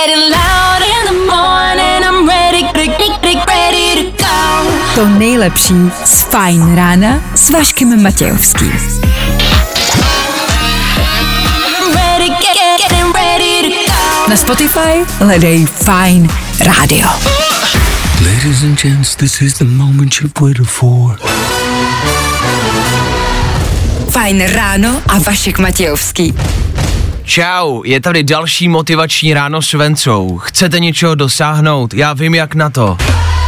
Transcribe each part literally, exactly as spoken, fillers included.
To nejlepší z Fajn rána s Vaškem Matějovským. Na Spotify hledej Fajn rádio. Ladies and gents, this is the moment you've waited for. Fajn ráno a Vašek Matějovský. Čau, je tady další motivační ráno s Vencou. Chcete něčeho dosáhnout? Já vím, jak na to.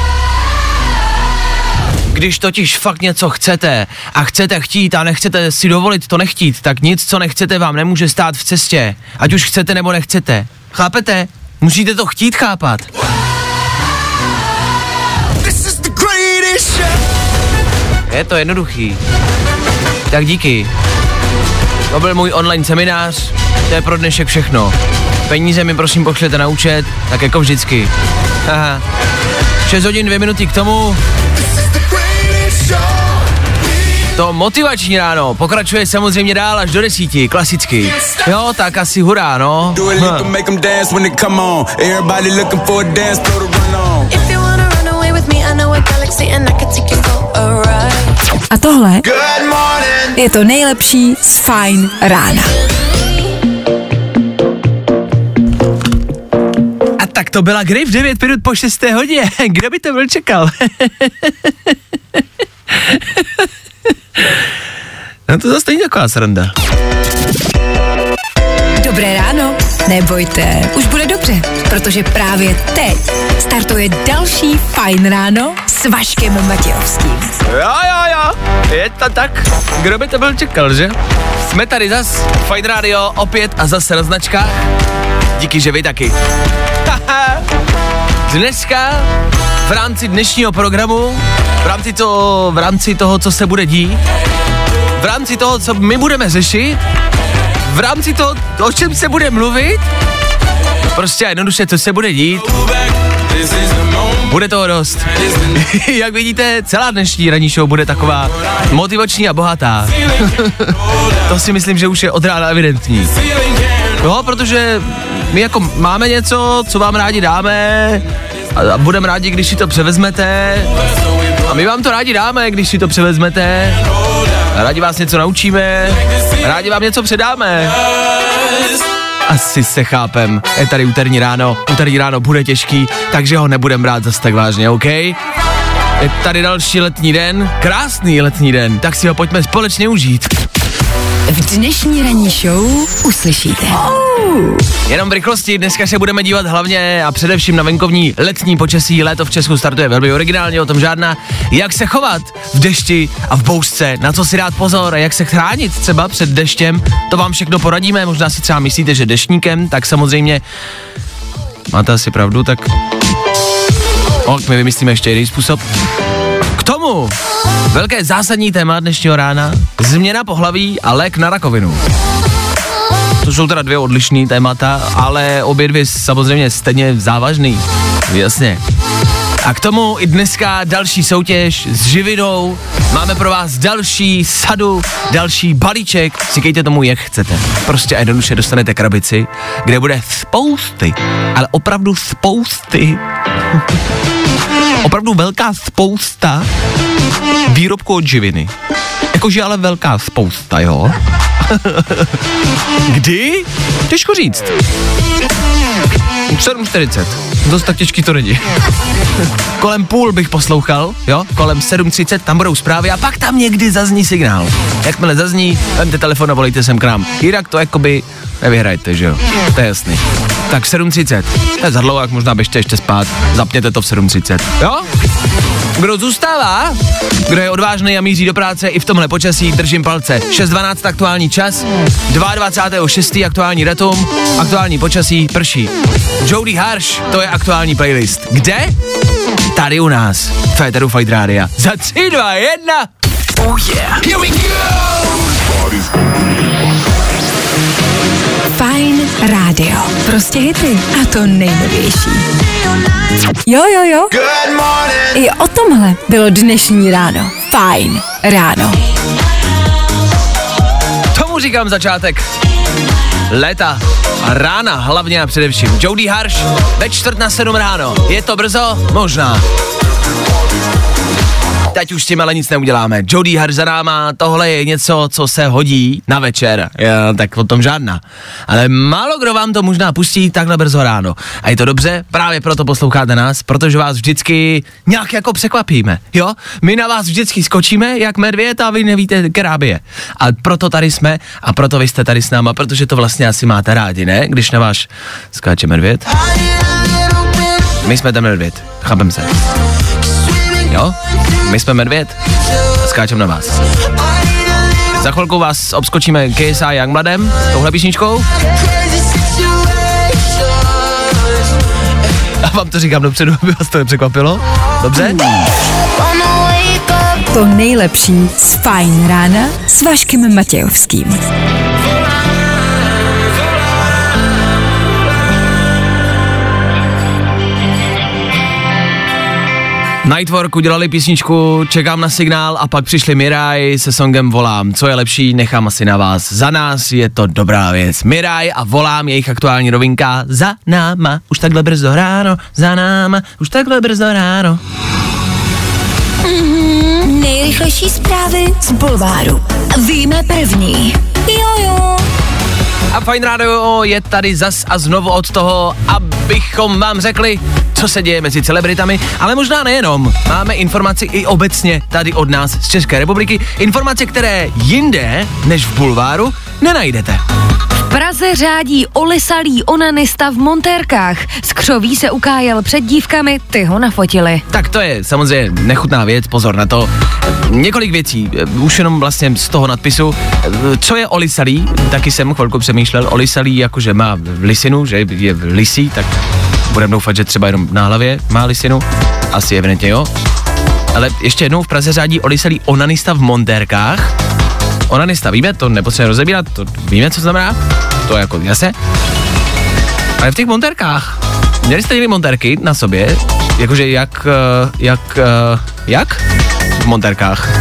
Když totiž fakt něco chcete a chcete chtít a nechcete si dovolit to nechtít, tak nic, co nechcete, vám nemůže stát v cestě. Ať už chcete nebo nechcete. Chápete? Musíte to chtít chápat. Je to jednoduchý. Tak díky. To byl můj online seminář, to je pro dnešek všechno. Peníze mi prosím pošlete na účet, tak jako vždycky. Haha. šest hodin, dvě minuty k tomu. To motivační ráno pokračuje samozřejmě dál až do desíti, klasicky. Jo, tak asi hurá, no. Hm. A tohle je to nejlepší z Fajn rána. A tak to byla Grey v devět minut po šesté hodině. Kdo by to byl čekal? No to zase není taková sranda. Dobré ráno, nebojte, už bude dobře, protože právě teď startuje další Fajn ráno s Vaškem Matějovským. Jo, jo, jo, je to tak. Kdo by to byl čekal, že? Jsme tady zas, Fajn rádio, opět a zase na značkách. Díky, že vy taky. Dneska v rámci dnešního programu, v rámci, to, v rámci toho, co se bude dít, v rámci toho, co my budeme řešit, v rámci toho, o čem se bude mluvit, prostě jednoduše, co se bude dít, bude toho dost. Jak vidíte, celá dnešní ranní show bude taková motivační a bohatá. To si myslím, že už je od rána evidentní. No, protože my jako máme něco, co vám rádi dáme a budeme rádi, když si to převezmete a my vám to rádi dáme, když si to převezmete a rádi vás něco naučíme, rádi vám něco předáme. Asi se chápem, je tady úterní ráno, úterní ráno bude těžký, takže ho nebudem brát zase tak vážně, OK? Je tady další letní den, krásný letní den, tak si ho pojďme společně užít. V dnešní ranní show uslyšíte. Oh. Jenom v rychlosti, dneska se budeme dívat hlavně a především na venkovní letní počasí. Léto v Česku startuje velmi originálně, o tom žádná. Jak se chovat v dešti a v bouřce, na co si dát pozor, jak se chránit třeba před deštěm, to vám všechno poradíme. Možná si třeba myslíte, že deštníkem, tak samozřejmě máte asi pravdu, tak ok, my vymyslíme ještě jiný způsob. K tomu velké zásadní téma dnešního rána, změna pohlaví a lék na rakovinu. To jsou teda dvě odlišný témata, ale obě dvě samozřejmě stejně závažný, jasně. A k tomu i dneska další soutěž s živinou, máme pro vás další sadu, další balíček, říkejte tomu jak chcete. Prostě a jednoduše dostanete krabici, kde bude spousty, ale opravdu spousty, opravdu velká spousta výrobků od živiny. Jakože ale velká spousta, jo? Kdy? Těžko říct. sedm čtyřicet. Dost tak těžký to není. Kolem půl bych poslouchal, jo? Kolem sedm třicet tam budou zprávy a pak tam někdy zazní signál. Jakmile zazní, vemte telefon a volejte sem k nám. Jinak to jakoby nevyhrajete, že jo? To je jasný. Tak sedm třicet. To je za dlouho, jak možná běžte ještě spát. Zapněte to v sedm třicet. Jo? Kdo zůstává, kdo je odvážný a míří do práce i v tomhle počasí, držím palce. šest dvanáct aktuální čas, dvacátého druhého šestého aktuální datum, aktuální počasí, prší. Jody Harsh, to je aktuální playlist. Kde? Tady u nás, v éteru Fajn rádia. Za tři, dva, jedna. Oh yeah. Here we go. Fajn rádio. Prostě hity. A to nejnovější. Jo, jo, jo. I o tomhle bylo dnešní ráno. Fajn ráno. Tomu říkám začátek. léta a rána hlavně a především. Jody Harsh ve čtvrt na sedm ráno. Je to brzo? Možná. Teď už s tím ale nic neuděláme. Jody Harsh za náma, tohle je něco, co se hodí na večer. Já, tak o tom žádná. Ale málo kdo vám to možná pustí takhle brzo ráno. A je to dobře, právě proto posloucháte nás, protože vás vždycky nějak jako překvapíme, jo? My na vás vždycky skočíme jak medvěd a vy nevíte, která by je. A proto tady jsme a proto vy jste tady s náma, protože to vlastně asi máte rádi, ne? Když na váš skáče medvěd. My jsme ten medvěd, chápem se. Jo? My jsme medvěd a skáčem na vás. Za chvilku vás obskočíme K S I Youngbloodem, touhle písničkou. A vám to říkám dopředu, aby vás to nepřekvapilo. Dobře? To nejlepší z Fajn rána s Vaškem Matějovským. Nightwork udělali písničku Čekám na signál a pak přišli Miraj se songem Volám. Co je lepší, nechám asi na vás. Za nás je to dobrá věc. Miraj a Volám, jejich aktuální novinka. Za náma, už takhle brzo ráno. Za náma, už takhle brzo ráno. Mm-hmm, nejrychlejší zprávy z bulváru. Víme první. Jojo. A Fajn rádio je tady zas a znovu od toho, abychom vám řekli, co se děje mezi celebritami, ale možná nejenom. Máme informaci i obecně tady od nás z České republiky. Informace, které jinde než v bulváru nenajdete. V Praze řádí olisalý onanista v montérkách. Skřoví se ukájel před dívkami, ty ho nafotili. Tak to je samozřejmě nechutná věc, pozor na to. Několik věcí, už jenom vlastně z toho nadpisu. Co je olisalý? Taky jsem chvilku přemýšlel. Olisalý jakože má lisinu, že je lisí, tak budeme doufat, že třeba jenom na hlavě má lisinu. Asi evidentně jo. Ale ještě jednou v Praze řádí olisalý onanista v montérkách. Onanista, víme, to nepotřebujeme rozebírat, to víme, co znamená, to je jako jasně. Ale v těch montérkách, měli jste někdy montérky na sobě, jakože jak, jak, jak? V montérkách.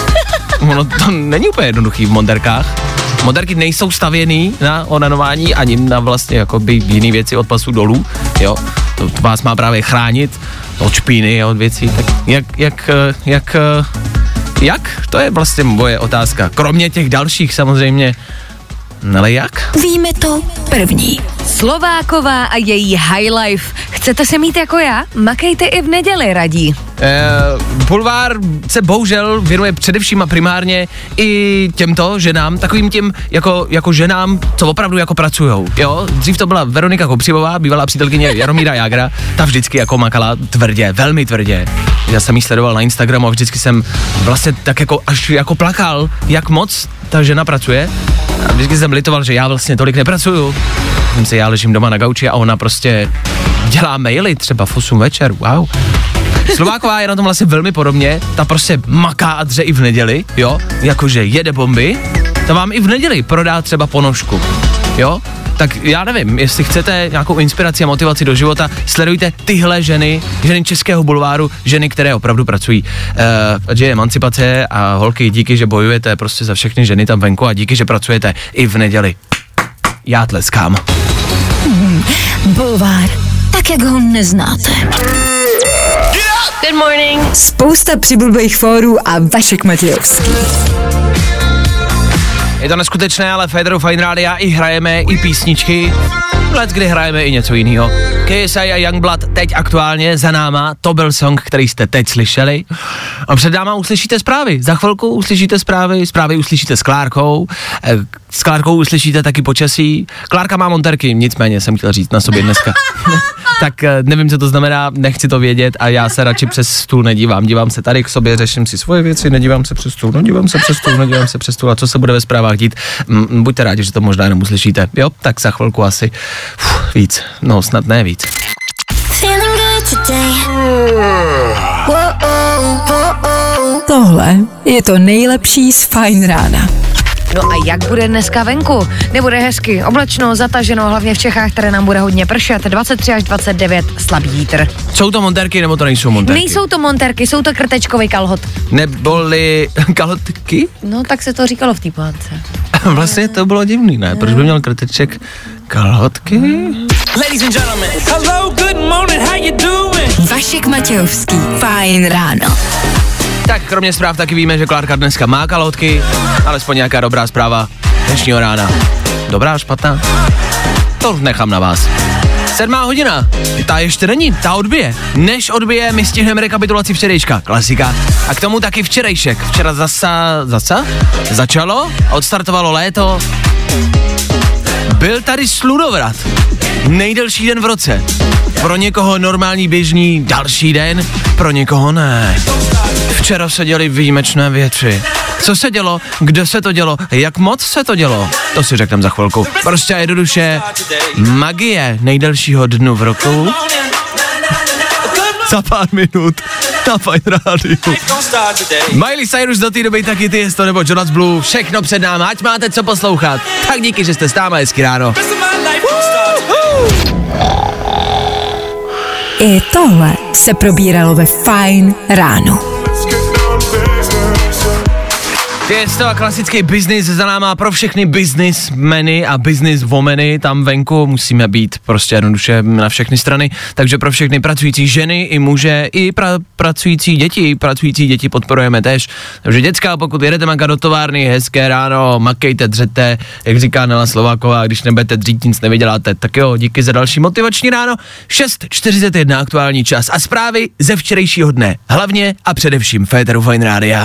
Ono to není úplně jednoduchý v montérkách. Montérky nejsou stavěný na onanování ani na vlastně jakoby jiný věci od pasu dolů, jo. To, to vás má právě chránit od špíny a od věcí, tak jak, jak, jak, jak? To je vlastně moje otázka. Kromě těch dalších samozřejmě, ale jak? Víme to první. Slováková a její high life. Chcete se mít jako já? Makejte i v neděli, radí. Eh, bulvár se bohužel věnuje především a primárně i těmto ženám, takovým těm jako, jako ženám, co opravdu jako pracujou, jo. Dřív to byla Veronika Kopřivová, bývalá přítelkyně Jaromíra Jágra, ta vždycky jako makala tvrdě, velmi tvrdě. Já jsem jí sledoval na Instagramu a vždycky jsem vlastně tak jako až jako plakal, jak moc ta žena pracuje. A vždycky jsem litoval, že já vlastně tolik nepracuju. Jsem se, já ležím doma na gauči a ona prostě dělá maily třeba v osm večer, wow. Slováková je na tom vlastně velmi podobně, ta prostě maká a dře i v neděli, jo, jakože jede bomby, ta vám i v neděli prodá třeba ponožku, jo. Tak já nevím, jestli chcete nějakou inspiraci a motivaci do života, sledujte tyhle ženy, ženy českého bulváru, ženy, které opravdu pracují. Uh, že je emancipace a holky, díky, že bojujete prostě za všechny ženy tam venku a díky, že pracujete i v neděli. Já tleskám. Hmm, bulvár, tak jak ho neznáte. Good morning. Spousta přibulbých fórů a Vašek Matějovský. Je to neskutečné, ale Féteru Fajn rádia i hrajeme i písničky. Let, kdy hrajeme i něco jiného. K S I a Youngblood teď aktuálně za náma, to byl song, který jste teď slyšeli. A před náma uslyšíte zprávy. Za chvilku uslyšíte zprávy, zprávy uslyšíte s Klárkou. S Klárkou uslyšíte taky počasí. Klárka má montérky, nicméně jsem chtěl říct na sobě dneska. Tak nevím, co to znamená, nechci to vědět a já se radši přes stůl nedívám. Dívám se tady k sobě, řeším si svoje věci, nedívám se přes stůl, no dívám se přes stůl, nedívám se přes stůl a co se bude ve zprávách dít. M, buďte rádi, že to možná jenom uslyšíte. Jo, tak za chvilku asi uf, víc, no snad ne víc. Tohle je to nejlepší z Fajn rána. No a jak bude dneska venku? Nebude hezky, oblačno, zataženo, hlavně v Čechách, které nám bude hodně pršet, dvacet tři až dvacet devět, slabý vítr. Jsou to montérky nebo to nejsou montérky? Nejsou to montérky, jsou to krtečkový kalhot. Neboli kalhotky? No tak se to říkalo v té pohádce. Vlastně to bylo divný, ne? Proč by měl krteček kalhotky? Ladies and gentlemen, hello, good morning, how you doing? Vašek Matějovský, Fajn ráno. Tak kromě zpráv taky víme, že Klárka dneska má kalhotky, alespoň nějaká dobrá zpráva dnešního rána. Dobrá, špatná? To nechám na vás. Sedmá hodina, ta ještě není, ta odbije. Než odbije, my stihneme rekapitulaci včerejška, klasika. A k tomu taky včerejšek. Včera zasa, zasa? Začalo, odstartovalo léto. Byl tady slunovrat. Nejdelší den v roce. Pro někoho normální běžný další den, pro někoho ne. Včera se děly výjimečné věci. Co se dělo, kde se to dělo, jak moc se to dělo, to si řekneme za chvilku. Prostě jednoduše magie nejdelšího dnu v roku. Za pár minut na Fajn rádiu. Miley Cyrus do té doby taky ty jest to nebo Jonas Blue, všechno před náma, ať máte co poslouchat. Tak díky, že jste s náma, hezky ráno. I tohle se probíralo ve Fajn ráno. Je to klasický biznis za náma pro všechny biznismeny a bizniswomeny tam venku, musíme být prostě jednoduše na všechny strany, takže pro všechny pracující ženy i muže, i pra, pracující děti, pracující děti podporujeme tež. Takže děcka, pokud jedete makat do továrny, hezké ráno, makejte, dřete, jak říká Nela Slováková, když nebudete dřít, nic nevyděláte, tak jo, díky za další motivační ráno. šest čtyřicet jedna aktuální čas a zprávy ze včerejšího dne, hlavně a především Féteru Fajn rádia.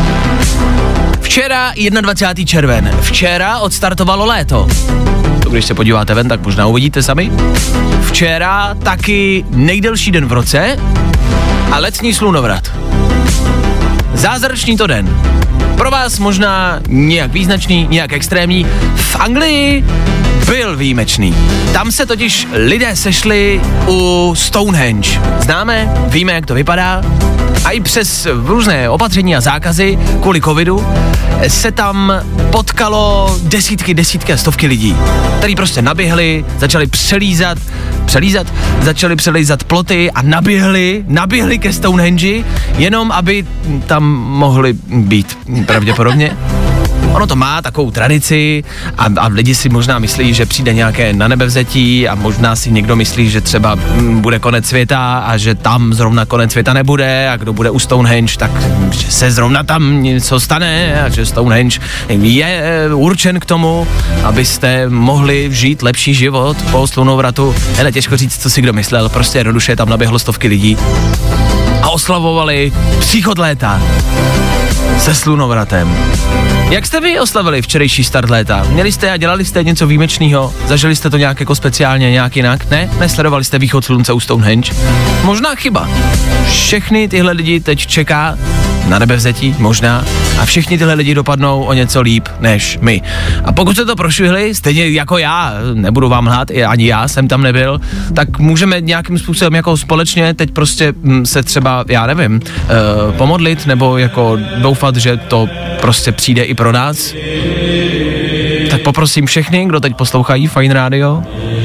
Včera dvacátého prvního červen, včera odstartovalo léto. To když se podíváte ven, tak možná uvidíte sami. Včera taky nejdelší den v roce a letní slunovrat. Zázračný to den. Pro vás možná nějak význačný, nějak extrémní. V Anglii byl výjimečný. Tam se totiž lidé sešli u Stonehenge. Známe, víme, jak to vypadá. A i přes různé opatření a zákazy kvůli covidu se tam potkalo desítky, desítky a stovky lidí, kteří prostě naběhli, začali přelízat, přelízat, začali přelízat ploty a naběhli, naběhli ke Stonehenge, jenom aby tam mohli být pravděpodobně. Ono to má takovou tradici a, a lidi si možná myslí, že přijde nějaké nanebevzetí a možná si někdo myslí, že třeba m, bude konec světa a že tam zrovna konec světa nebude a kdo bude u Stonehenge, tak že se zrovna tam něco stane a že Stonehenge je určen k tomu, abyste mohli žít lepší život po slunovratu. Hele, těžko říct, co si kdo myslel, prostě jednoduše tam naběhlo stovky lidí a oslavovali příchod léta se slunovratem. Jak jste vy oslavili včerejší start léta? Měli jste a dělali jste něco výjimečného? Zažili jste to nějak jako speciálně, nějak jinak? Ne? Nesledovali jste východ slunce u Stonehenge? Možná chyba. Všechny tyhle lidi teď čeká na nebevzetí, možná, a všichni tyhle lidi dopadnou o něco líp než my. A pokud jste to prošvihli, stejně jako já, nebudu vám lhát, ani já jsem tam nebyl, tak můžeme nějakým způsobem jako společně teď prostě se třeba, já nevím, uh, pomodlit, nebo jako doufat, že to prostě přijde i pro nás. Tak poprosím všechny, kdo teď poslouchají Fajn rádio,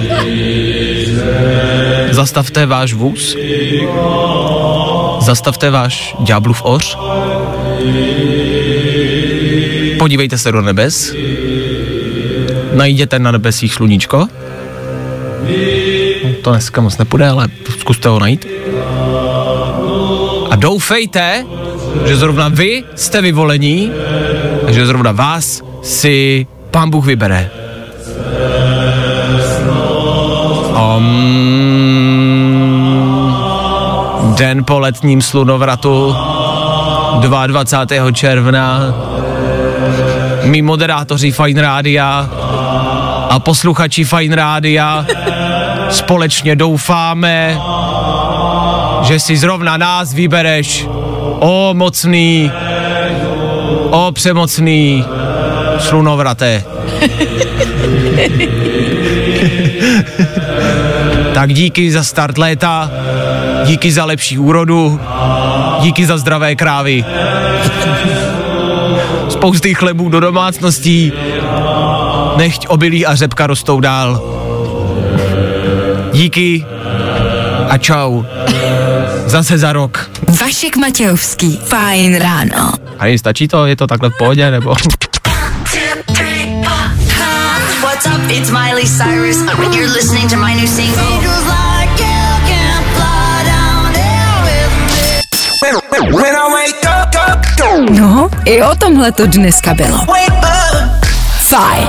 zastavte váš vůz, zastavte váš ďáblův oř, podívejte se do nebes, najděte na nebesích sluníčko, to dneska moc nepůjde, ale zkuste ho najít. A doufejte, že zrovna vy jste vyvolení a že zrovna vás si Pán Bůh vybere. Um, den po letním slunovratu dvacátého druhého června mí moderátoři Fajn rádia a posluchači Fajn rádia společně doufáme, že si zrovna nás vybereš, o mocný, o přemocný slunovrate. Tak díky za start léta, díky za lepší úrodu, díky za zdravé krávy. spousty chlebů do domácností, nechť obilí a řepka rostou dál. Díky a čau. Zase za rok. Vašek Matějovský, Fajn ráno. A jen stačí to? Je to takhle v pohodě, nebo? What's up? It's Miley Cyrus. You're listening to my new single. No, i o tomhle to dneska bylo. Fajn.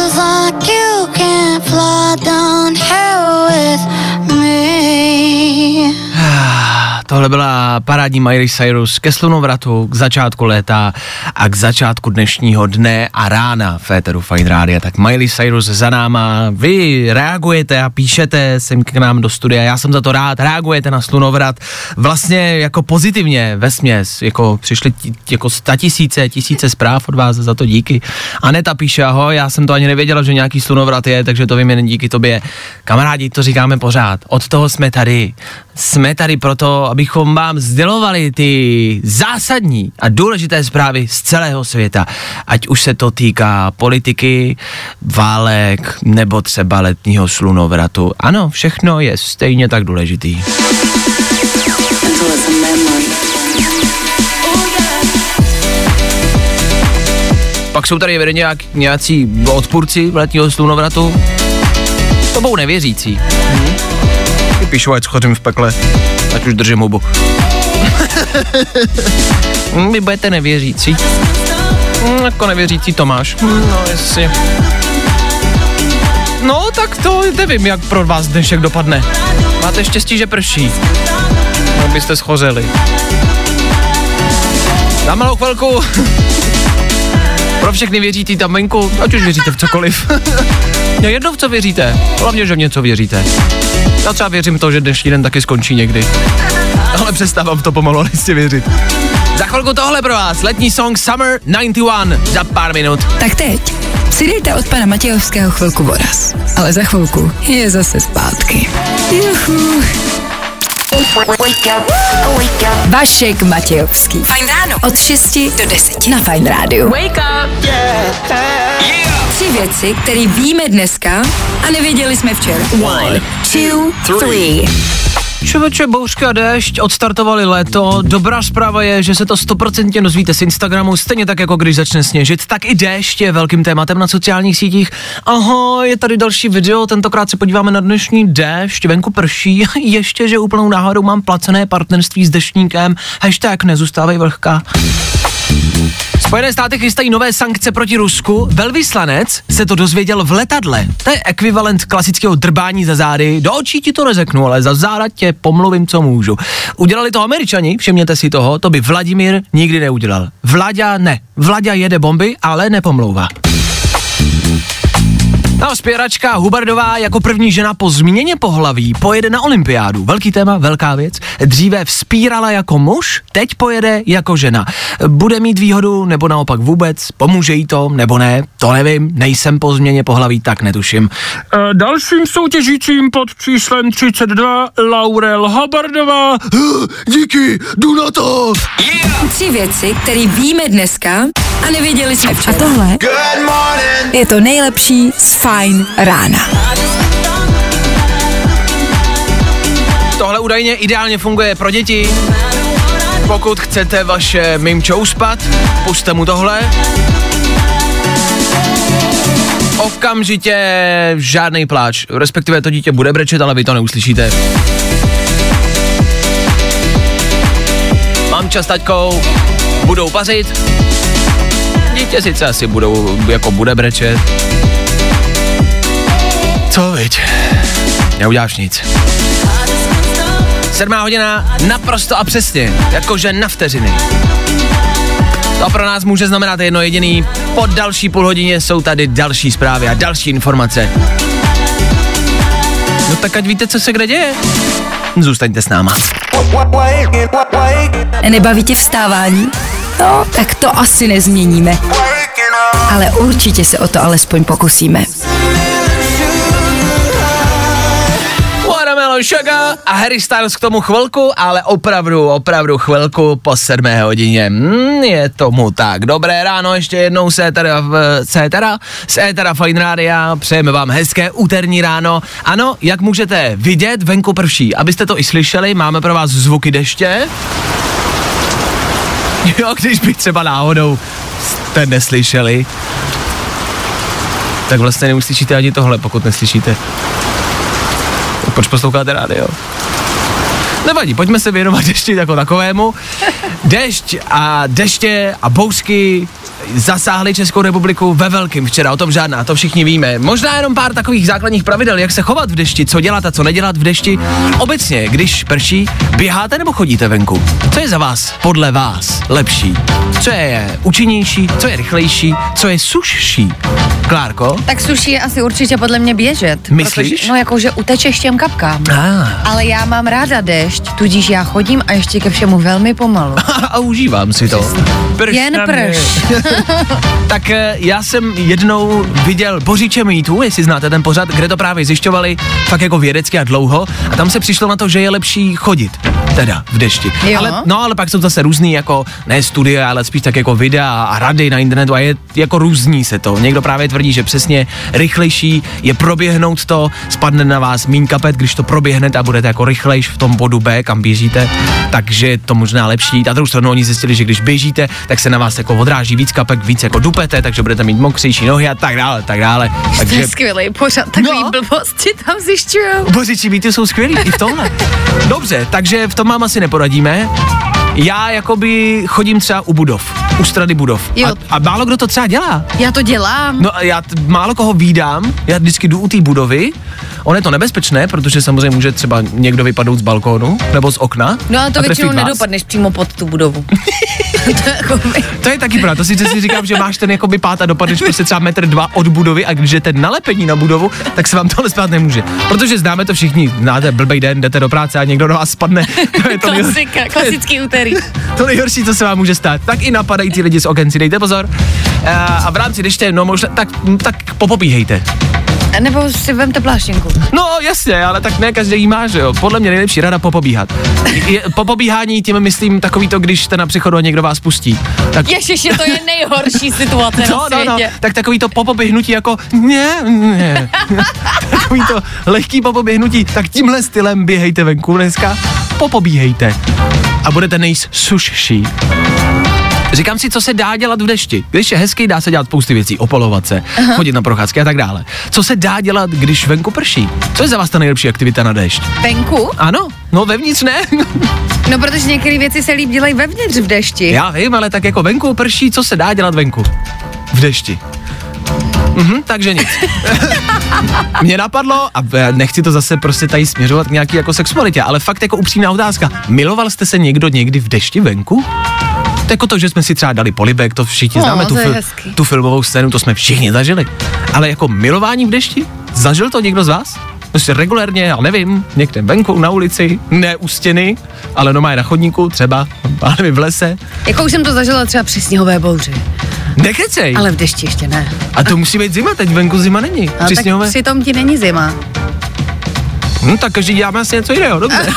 Tohle byla parádní Miley Cyrus ke slunovratu, k začátku léta a k začátku dnešního dne a rána v éteru Fajn rádia. Tak Miley Cyrus za náma, vy reagujete a píšete sem k nám do studia, já jsem za to rád, reagujete na slunovrat vlastně jako pozitivně, vesměs, jako přišly tí, jako statisíce, tisíce zpráv od vás, za to díky. Aneta píše, ahoj, já jsem to ani nevěděla, že nějaký slunovrat je, takže to vím jen díky tobě. Kamarádi, to říkáme pořád, od toho jsme tady. Jsme tady proto, abychom vám sdělovali ty zásadní a důležité zprávy z celého světa. Ať už se to týká politiky, válek, nebo třeba letního slunovratu. Ano, všechno je stejně tak důležitý. Pak jsou tady evidentně nějak, nějací odpůrci letního slunovratu. To budou nevěřící. Hmm. Píšu, ať schořím v pekle, ať už držím hubu. Vy budete nevěřící. Jako nevěřící Tomáš. No, jestli. No, tak to nevím, jak pro vás dnešek dopadne. Máte štěstí, že prší. No, byste schořeli. Na malou chvilku. Pro všechny věřící tam venku, ať už věříte v cokoliv. No jedno, v co věříte, hlavně, že v něco věříte. Já třeba věřím to, že dnešní den taky skončí někdy. Ale přestávám v to pomalu jistě věřit. Za chvilku tohle pro vás, letní song Summer devadesát jedna za pár minut. Tak teď si dejte od pana Matějovského chvilku voraz. Ale za chvilku je zase zpátky. Juhu. Vašek Matějovský. Fajn ráno. Od šesti do deseti na Fajn rádiu. Wake up! Yeah. Yeah. Tři věci, které víme dneska a nevěděli jsme včera. One, two, three. Čověče, bouřky a déšť, odstartovali léto, dobrá zpráva je, že se to stoprocentně dozvíte z Instagramu, stejně tak jako když začne sněžit, tak i déšť je velkým tématem na sociálních sítích. Aha, je tady další video, tentokrát se podíváme na dnešní déšť, venku prší, ještě, že úplnou náhodou mám placené partnerství s deštníkem, hashtag nezůstávej vlhká. Spojené státy chystají nové sankce proti Rusku. Velvyslanec se to dozvěděl v letadle. To je ekvivalent klasického drbání za zády. Do očí ti to neřeknu, ale za záda tě pomluvím, co můžu. Udělali to Američani, všimněte si toho, to by Vladimír nikdy neudělal. Vlaďa ne. Vlaďa jede bomby, ale nepomlouvá. No, zpěvačka Hubardová jako první žena po změně pohlaví pojede na olympiádu. Velký téma, velká věc. Dříve vzpírala jako muž, teď pojede jako žena. Bude mít výhodu nebo naopak vůbec? Pomůže jí to nebo ne? To nevím, nejsem po změně pohlaví, tak netuším. E, dalším soutěžícím pod číslem třicet dva Laurel Hubardová. Díky, jdu na to! Yeah! Tři věci, které víme dneska a nevěděli jsme včera. A tohle je to nejlepší z Fajn rána. Tohle údajně ideálně funguje pro děti. Pokud chcete vaše mimčo uspat, pusťte mu tohle. Okamžitě žádnej pláč, respektive to dítě bude brečet, ale vy to neuslyšíte. Mamča s taťkou budou pařit. Dítě sice asi budou, jako bude brečet. Co viď? Neuděláš nic. Sedmá hodina naprosto a přesně, jakože na vteřiny. To pro nás může znamenat jedno jediný. Po další půl hodině jsou tady další zprávy a další informace. No tak ať víte, co se kde děje. Zůstaňte s náma. Nebaví tě vstávání? No, tak to asi nezměníme. Ale určitě se o to alespoň pokusíme. Sugar a Harry Styles k tomu chvilku, ale opravdu, opravdu chvilku po sedmé hodině. Hmm, je tomu tak. Dobré ráno, ještě jednou z étera, z étera, z étera Fajn Rádia. Přejeme vám hezké úterní ráno. Ano, jak můžete vidět, venku prší. Abyste to i slyšeli, máme pro vás zvuky deště. Jo, když by třeba náhodou jste neslyšeli, tak vlastně neuslyšíte ani tohle, pokud neslyšíte. Proč posloucháte rádio? Nevadí, pojďme se věnovat dešti jako takovému. Dešť a deště a bouřky zasáhly Českou republiku ve velkým včera, o tom žádná, to všichni víme. Možná jenom pár takových základních pravidel, jak se chovat v dešti, co dělat a co nedělat v dešti. Obecně, když prší, běháte nebo chodíte venku? Co je za vás, podle vás, lepší? Co je účinnější, co je rychlejší, co je sušší? Klárko? Tak suší je asi určitě podle mě běžet. Myslíš? Protože, no jakože utečeš těm kapkám. Ah. Ale já mám ráda dešť, tudíž já chodím a ještě ke všemu velmi pomalu. A užívám si to. Prš Jen prš. Tak já jsem jednou viděl Boříče mýtů, jestli znáte ten pořad, kde to právě zjišťovali fakt jako vědecky a dlouho a tam se přišlo na to, že je lepší chodit, teda v dešti. Ale, no ale pak jsou zase různý jako, ne studie, ale spíš tak jako videa a rady na internetu a je jako různí se to. Někdo právě tvrdí, že přesně rychlejší je proběhnout to, spadne na vás míň kapet, když to proběhnete a budete jako rychlejš v tom bodu B, kam běžíte, takže je to možná lepší. Na druhou stranu oni zjistili, že když běžíte, tak se na vás jako odráží víc kapek, víc jako dupete, takže budete mít mokřejší nohy a tak dále, tak dále. Takže... To je skvělý pořad, takový no. Blbosti tam zjišťujou. Boříči mýty jsou skvělý i v tomhle. Dobře, takže v tom vám asi neporadíme. Já jakoby chodím třeba u budov, u strady budov. A, a málo kdo to třeba dělá. Já to dělám. No já t- málo koho vídám, já vždycky jdu u té budovy. Ono je to nebezpečné, protože samozřejmě může třeba někdo vypadnout z balkónu nebo z okna. No a to většinou nedopadneš přímo pod tu budovu. to, je jako to je taky pravda, to si, si říkám, že máš ten jakoby pát a dopadneš prostě třeba metr dva od budovy a když je ten nalepení na budovu, tak se vám tohle spát nemůže. Protože známe to všichni, znáte blbej den, jdete do práce a někdo do vás spadne. To je to Klasika, nejhor... klasický úterý. To nejhorší, co se vám může stát. Tak i napadají ty lidi z oken, si dejte pozor. A v rámci deště, no možná, tak, tak popopíhejte. Nebo si vemte pláštěnku. No jasně, ale tak ne každý jí má, že jo. Podle mě nejlepší rada popobíhat. Je, po pobíhání tím myslím takový to, když jste na přechodu a někdo vás pustí. Tak... Ježiši, to je nejhorší situace no, na světě. No, no, tak takový to popoběhnutí jako ne, ne. Takový to lehký popoběhnutí, tak tímhle stylem běhejte venku dneska, popobíhejte a budete nejsušší. Říkám si, co se dá dělat v dešti. Když je hezký, dá se dělat spousty věcí, opalovat se, aha, chodit na procházky a tak dále. Co se dá dělat, když venku prší? Co je za vás ta nejlepší aktivita na dešť? Venku? Ano, no vevnitř ne. No, protože některé věci se líp dělají vevnitř v dešti. Já vím, ale tak jako venku prší, co se dá dělat venku? V dešti. Mhm, takže nic. Mě napadlo, a nechci to zase prostě tady směřovat k nějaký jako sexualitě, ale fakt jako upřímná otázka. Miloval jste se někdo někdy v dešti venku? To jako to, že jsme si třeba dali polibek, to všichni no, známe, tu, fil- tu filmovou scénu, to jsme všichni zažili. Ale jako milování v dešti? Zažil to někdo z vás? Prostě regulérně, já nevím, někde venku, na ulici, ne u stěny, ale doma je na chodníku, třeba, ale v lese. Jako už jsem to zažila třeba při sněhové bouři. Nekecej. Ale v dešti ještě ne. A to musí být zima, teď venku zima není. A tak sněhové... přitom ti není zima. No tak každý děláme asi něco jiného, dobře.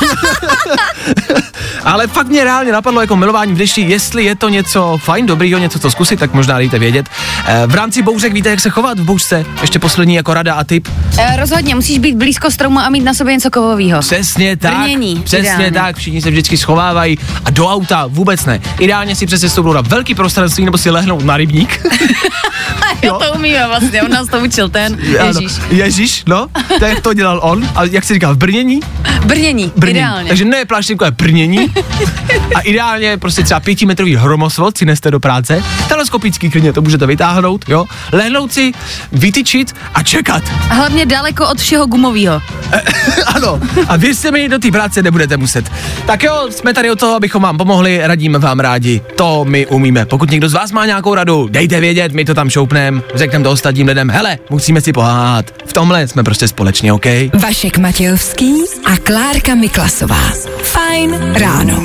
Ale fakt mě reálně napadlo jako milování v dešti, jestli je to něco fajn, dobrýho, něco co zkusit, tak možná dejte vědět. E, v rámci bouřek víte, jak se chovat v bouřce? Ještě poslední jako rada a tip. E, rozhodně, musíš být blízko stromu a mít na sobě něco kovového. Přesně tak. Brnění, přesně ideálně. tak, všichni se vždycky schovávají a do auta vůbec ne. Ideálně si přesně stoupnout na velký prostranství nebo si lehnout na rybník. Jo, to umíme vlastně, on nás to učil ten Ježíš. Ano, Ježíš, no, tak to dělal on. A jak se říká, v brnění? Brnění, brnění. ideálně. Takže ne pláštěnko, ale brnění. A ideálně prostě třeba pětimetrový hromosvod si neste do práce. Teleskopický klidně to můžete vytáhnout, jo. Lehnout si, vytyčit a čekat. A hlavně daleko od všeho gumového. Ano, a věřte mi, do té práce nebudete muset. Tak jo, jsme tady od toho, abychom vám pomohli, radíme vám rádi. To my umíme. Pokud někdo z vás má nějakou radu, dejte vědět, my to tam šoupneme, řekneme to ostatním lidem, hele, musíme si poháhat. V tomhle jsme prostě společně, OK? Vašek Matějovský a Klárka Miklasová. Fajn ráno.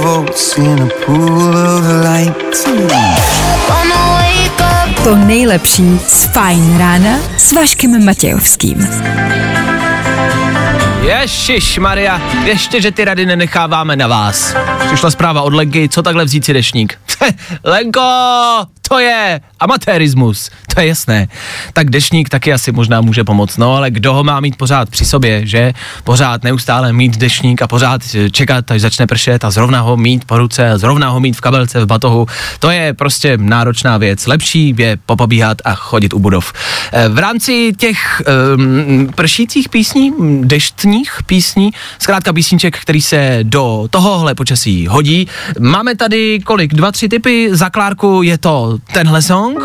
To nejlepší z Fajn rána s Vaškem Matějovským. Ježiš Maria, ještě, že ty rady nenecháváme na vás. Přišla zpráva od Lenky, co takhle vzít si deštník. Lenko, to je amatérismus, to je jasné. Tak deštník taky asi možná může pomoct, no ale kdo ho má mít pořád při sobě, že? Pořád neustále mít deštník a pořád čekat, až začne pršet a zrovna ho mít po ruce a zrovna ho mít v kabelce, v batohu, to je prostě náročná věc. Lepší je popobíhat a chodit u budov. V rámci těch um, pršících písní, deštních písní, zkrátka písniček, který se do tohohle počasí hodí, máme tady kolik? Dva, tři typy. Za Klárku je to tenhle song.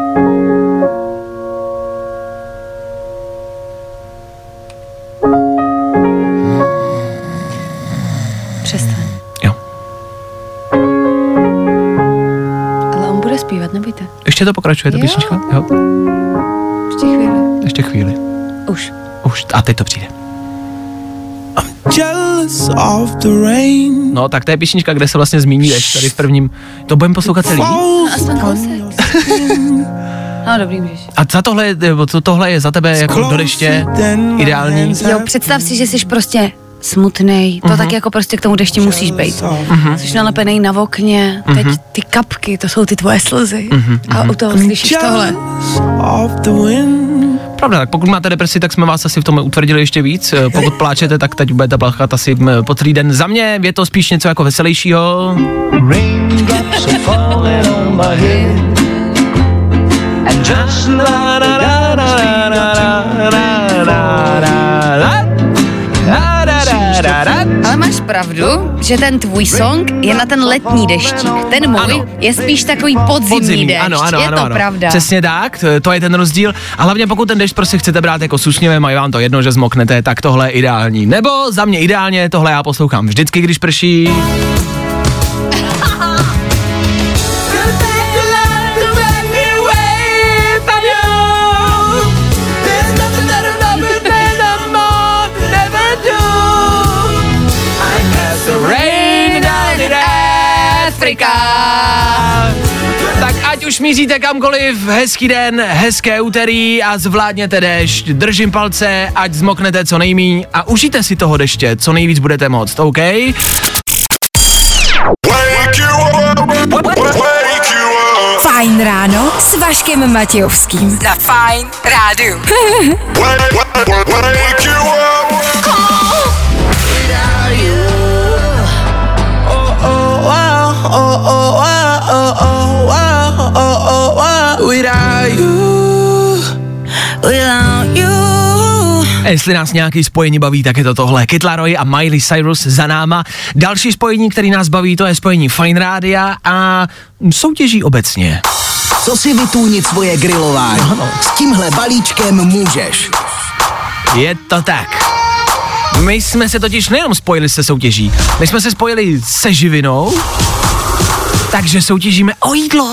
Přestaň. Jo. Ale on bude zpívat, nebojte. Ještě to pokračuje, ta písnička? Jo. Ještě chvíli. Ještě chvíli. Už. Už, a teď to přijde. Jealous of the rain. No, tak to je písnička, kde se vlastně zmíní dešť tady v prvním. To budeme poslouchat celý. No, aspoň kousek. No, dobrý, můžeš. A za tohle, to, tohle je za tebe jako do deště ideální? Jo, představ si, že jsi prostě smutnej, to uh-huh. tak jako prostě k tomu dešti musíš být. Uh-huh. Jsi nalepenej na okně, teď uh-huh. ty kapky, to jsou ty tvoje slzy. Uh-huh. A u toho slyšíš tohle. Pravda, tak pokud máte depresi, tak jsme vás asi v tom utvrdili ještě víc. Pokud pláčete, tak teď budete plachat asi po celý den. Za mě je to spíš něco jako veselějšího. Ale máš pravdu, že ten tvůj song je na ten letní deštík. Ten můj ano. je spíš takový podzimní, podzimní dešť. Ano, ano, je ano, to ano. pravda. Přesně tak, to, to je ten rozdíl. A hlavně pokud ten dešť prostě chcete brát jako s úsměvem a je vám to jedno, že zmoknete, tak tohle je ideální. Nebo za mě ideálně, tohle já poslouchám vždycky, když prší. Tak ať už míříte kamkoliv, hezký den, hezké úterý a zvládněte dešť. Držím palce, ať zmoknete co nejmíň a užijte si toho deště, co nejvíc budete moct, OK? Fajn ráno s Vaškem Matějovským. Na Fajn rádiu. Jestli nás nějaký spojení baví, tak je to tohle. Kid Laroi a Miley Cyrus za náma. Další spojení, který nás baví, to je spojení Fajn rádia a soutěží obecně. Co si vytůnit svoje grilování? No. S tímhle balíčkem můžeš. Je to tak. My jsme se totiž nejenom spojili se soutěží, my jsme se spojili se živinou, takže soutěžíme o jídlo.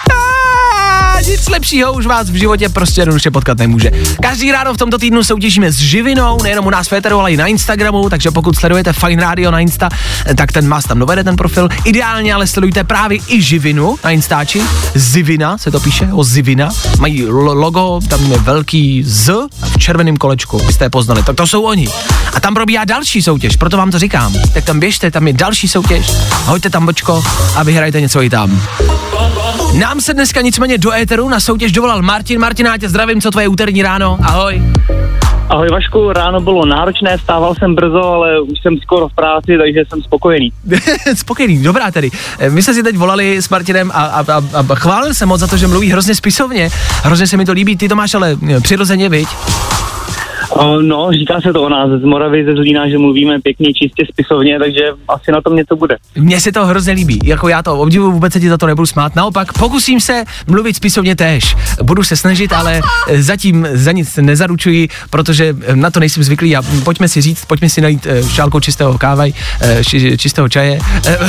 Nic lepšího už vás v životě prostě jednoduše potkat nemůže. Každý ráno v tomto týdnu soutěžíme s živinou, nejenom u nás v éteru, ale i na Instagramu, takže pokud sledujete Fajn rádio na Insta, tak ten vás tam dovede ten profil. Ideálně ale sledujte právě i živinu na Instači. Zivina se to píše, o Zivina. Mají logo, tam je velký Z v červeném kolečku, byste je poznali, tak to jsou oni. A tam probíhá další soutěž, proto vám to říkám. Tak tam běžte, tam je další soutěž, hoďte tam bočko a vyhrajte něco i tam. Nám se dneska nicméně do éteru na soutěž dovolal Martin. Martin, já tě zdravím, co tvoje úterní ráno? Ahoj. Ahoj Vašku, ráno bylo náročné, vstával jsem brzo, ale už jsem skoro v práci, takže jsem spokojený. Spokojený, dobrá tedy. My jsme si teď volali s Martinem a, a, a, a chválil jsem moc za to, že mluví hrozně spisovně. Hrozně se mi to líbí, ty to máš ale přirozeně, viď? No, říká se to o nás z Moravy, ze Zlína, že mluvíme pěkně, čistě spisovně, takže asi na tom něco bude. Mně se to hrozně líbí, jako já to obdivuju, vůbec se ti za to nebudu smát, naopak pokusím se mluvit spisovně též. Budu se snažit, ale zatím za nic nezaručuji, protože na to nejsem zvyklý a pojďme si říct, pojďme si najít šálkou čistého kávy, čistého čaje.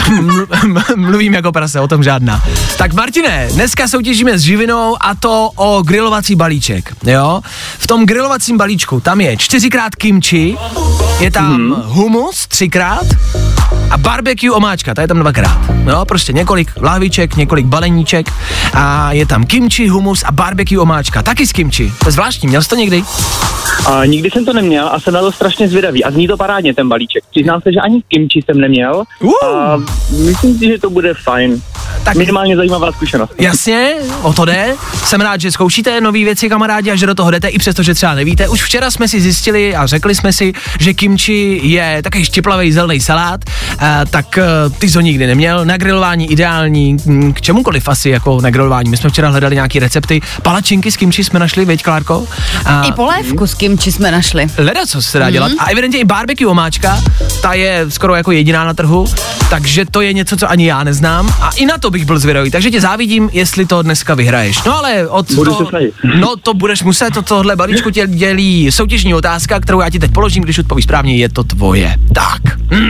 Mluvím jako prase, o tom žádná. Tak Martine, dneska soutěžíme s živinou a to o grilovací balíček, jo? V tom grilovacím balíčku tam je čtyřikrát kimči, je tam hmm. humus třikrát, a barbecue omáčka, ta je tam dvakrát. No, prostě několik lahviček, několik baleníček a je tam kimchi, humus a barbecue omáčka, taky s kimchi. To je zvláštní, měl jsi to někdy? A nikdy jsem to neměl a jsem na to strašně zvědavý a zní to parádně ten balíček. Přiznám se, že ani kimchi jsem neměl uh. a myslím si, že to bude fajn. Tak minimálně zajímavá zkušenost. Jasně, o to jde. Jsem rád, že zkoušíte nové věci, kamarádi, a že do toho jdete, i přesto, že třeba nevíte. Už včera jsme si zjistili a řekli jsme si, že kimchi je takový štěplavý zelený salát, a, tak ty jsi ho nikdy neměl. Na grilování ideální, k čemukoliv asi jako na grilování. My jsme včera hledali nějaký recepty. Palačinky s kimchi jsme našli, veď, Klárko? A i polévku s kimchi jsme našli. Leda, co se dá mm. dělat. A evidentně i barbecue omáčka, ta je skoro jako jediná na trhu, takže to je něco, co ani já neznám. A i na to bych byl zvědavý, takže tě závidím, jestli to dneska vyhraješ. No ale od Budu toho, no to budeš muset, od tohle balíčku tě dělí soutěžní otázka, kterou já ti teď položím, když odpovíš správně, je to tvoje. Tak.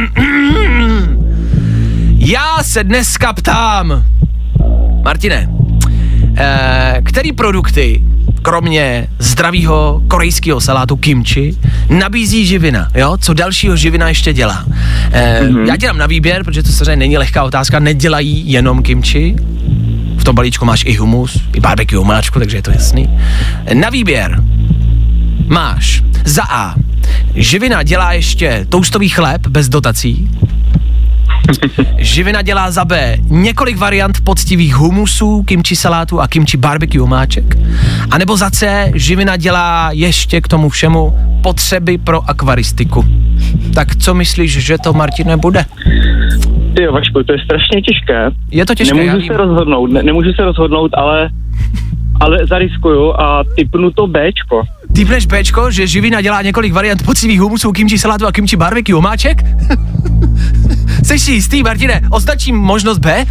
Já se dneska ptám, Martine, eh, který produkty, kromě zdravýho korejského salátu kimchi, nabízí živina, jo? Co dalšího živina ještě dělá? Eh, mm-hmm. Já ti dám na výběr, protože to samozřejmě není lehká otázka, nedělají jenom kimchi, v tom balíčku máš i humus, i barbecue omáčku, takže je to jasný. Na výběr máš za A, živina dělá ještě toastový chléb bez dotací. Živina dělá za B několik variant poctivých humusů, kimchi salátu a kimchi barbecue omáček. A nebo za C, živina dělá ještě k tomu všemu potřeby pro akvaristiku. Tak co myslíš, že to, Martine, bude? Ty jo, Vašku, to je strašně těžké. Je to těžké, Nemůžu se rozhodnout, ne, nemůžu se rozhodnout, ale, ale zariskuju a typnu to Bčko. Typneš Bčko, že živina dělá několik variant poctivých humusů, kimchi salátu a kimchi barbecue omáček? Jsi si jistý, Martine? Označím možnost B?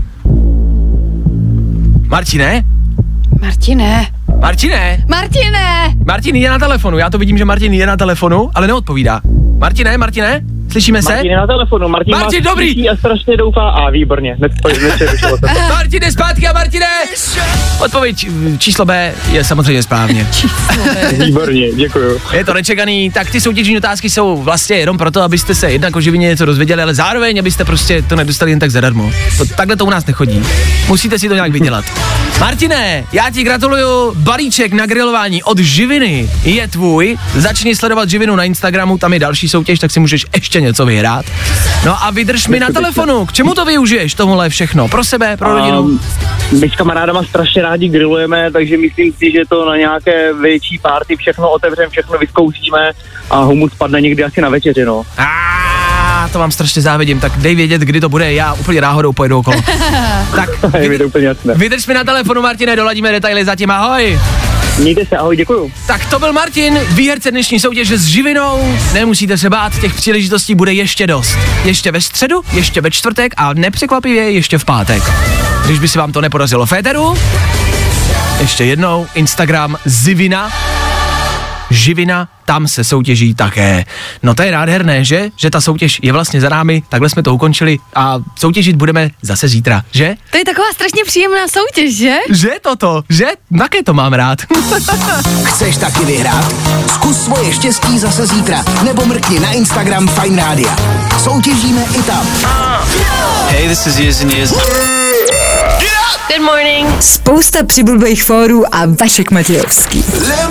Martine? Martine. Martine? Martine! Martin je na telefonu, já to vidím, že Martin je na telefonu, ale neodpovídá. Martine, Martine? Slyšíme se? Martin je na telefonu, Martin, Martin má dobrý! A strašně doufá, a výborně. Martine, zpátky a Martine! Odpověď číslo B je samozřejmě správně. Výborně, děkuju. Je to nečekaný, tak ty soutěžní otázky jsou vlastně jenom proto, abyste se jednak o živině něco dozvěděli, ale zároveň, abyste prostě to nedostali jen tak zadarmo. To, takhle to u nás nechodí. Musíte si to nějak vydělat. Martine, já ti gratuluju, balíček na grilování od živiny je tvůj. Začni sledovat živinu na Instagramu, tam je další soutěž, tak si můžeš ještě něco vyhrát. No a vydrž mi na telefonu, k čemu to využiješ, tomuhle všechno? Pro sebe, pro rodinu? Um, my s kamarádama strašně rádi grillujeme, takže myslím si, že to na nějaké větší party všechno otevřeme, všechno vyzkoušíme a humus padne někdy asi na večeři, no. A to vám strašně závidím, tak dej vědět, kdy to bude, já úplně náhodou pojedu okolo. Tak vydr- vydrž mi na telefonu, Martine, doladíme detaily, zatím ahoj. Mějte se, ahoj, děkuju. Tak to byl Martin, výherce dnešní soutěže s živinou. Nemusíte se bát, těch příležitostí bude ještě dost. Ještě ve středu, ještě ve čtvrtek a nepřekvapivě ještě v pátek. Když by si vám to nepodařilo v éteru, ještě jednou Instagram Zivina, živina, tam se soutěží také. No to je nádherné, že? Že ta soutěž je vlastně za námi, takhle jsme to ukončili a soutěžit budeme zase zítra, že? To je taková strašně příjemná soutěž, že? Že toto, že? Také to mám rád. Chceš taky vyhrát? Zkus svoje štěstí zase zítra, nebo mrkni na Instagram Fine Rádia. Soutěžíme i tam. Hey, this is Years and Years. Good morning. Spousta přibulbých fórů a Vašek Matějovský.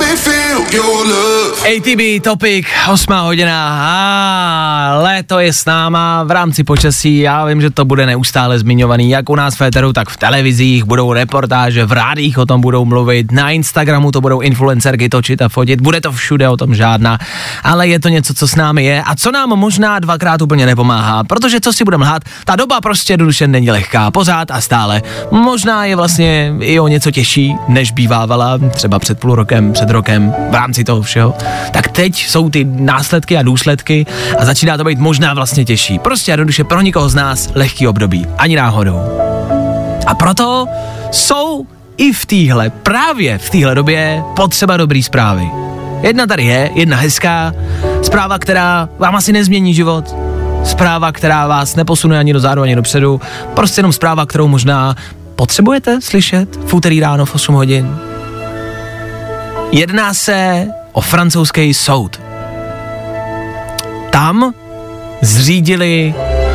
A T B Topic, osmá hodina, a léto je s náma v rámci počasí, já vím, že to bude neustále zmiňovaný, jak u nás v éteru, tak v televizích, budou reportáže, v rádiích o tom budou mluvit, na Instagramu to budou influencerky točit a fotit, bude to všude, o tom žádná, ale je to něco, co s námi je a co nám možná dvakrát úplně nepomáhá, protože co si budeme lhát, ta doba prostě jednoduše není lehká, pořád a stále, možná je vlastně i o něco těžší, než bývávala třeba před půl rokem, před rokem, v rámci toho všeho, tak teď jsou ty následky a důsledky a začíná to být možná vlastně těžší. Prostě jednoduše pro nikoho z nás lehký období. Ani náhodou. A proto jsou i v téhle, právě v téhle době potřeba dobrý zprávy. Jedna tady je, jedna hezká, zpráva, která vám asi nezmění život, zpráva, která vás neposune ani dozadu, ani dopředu, prostě jenom zpráva, kterou možná potřebujete slyšet v úterý ráno v osm hodin. Jedná se o francouzský soud. Tam zřídili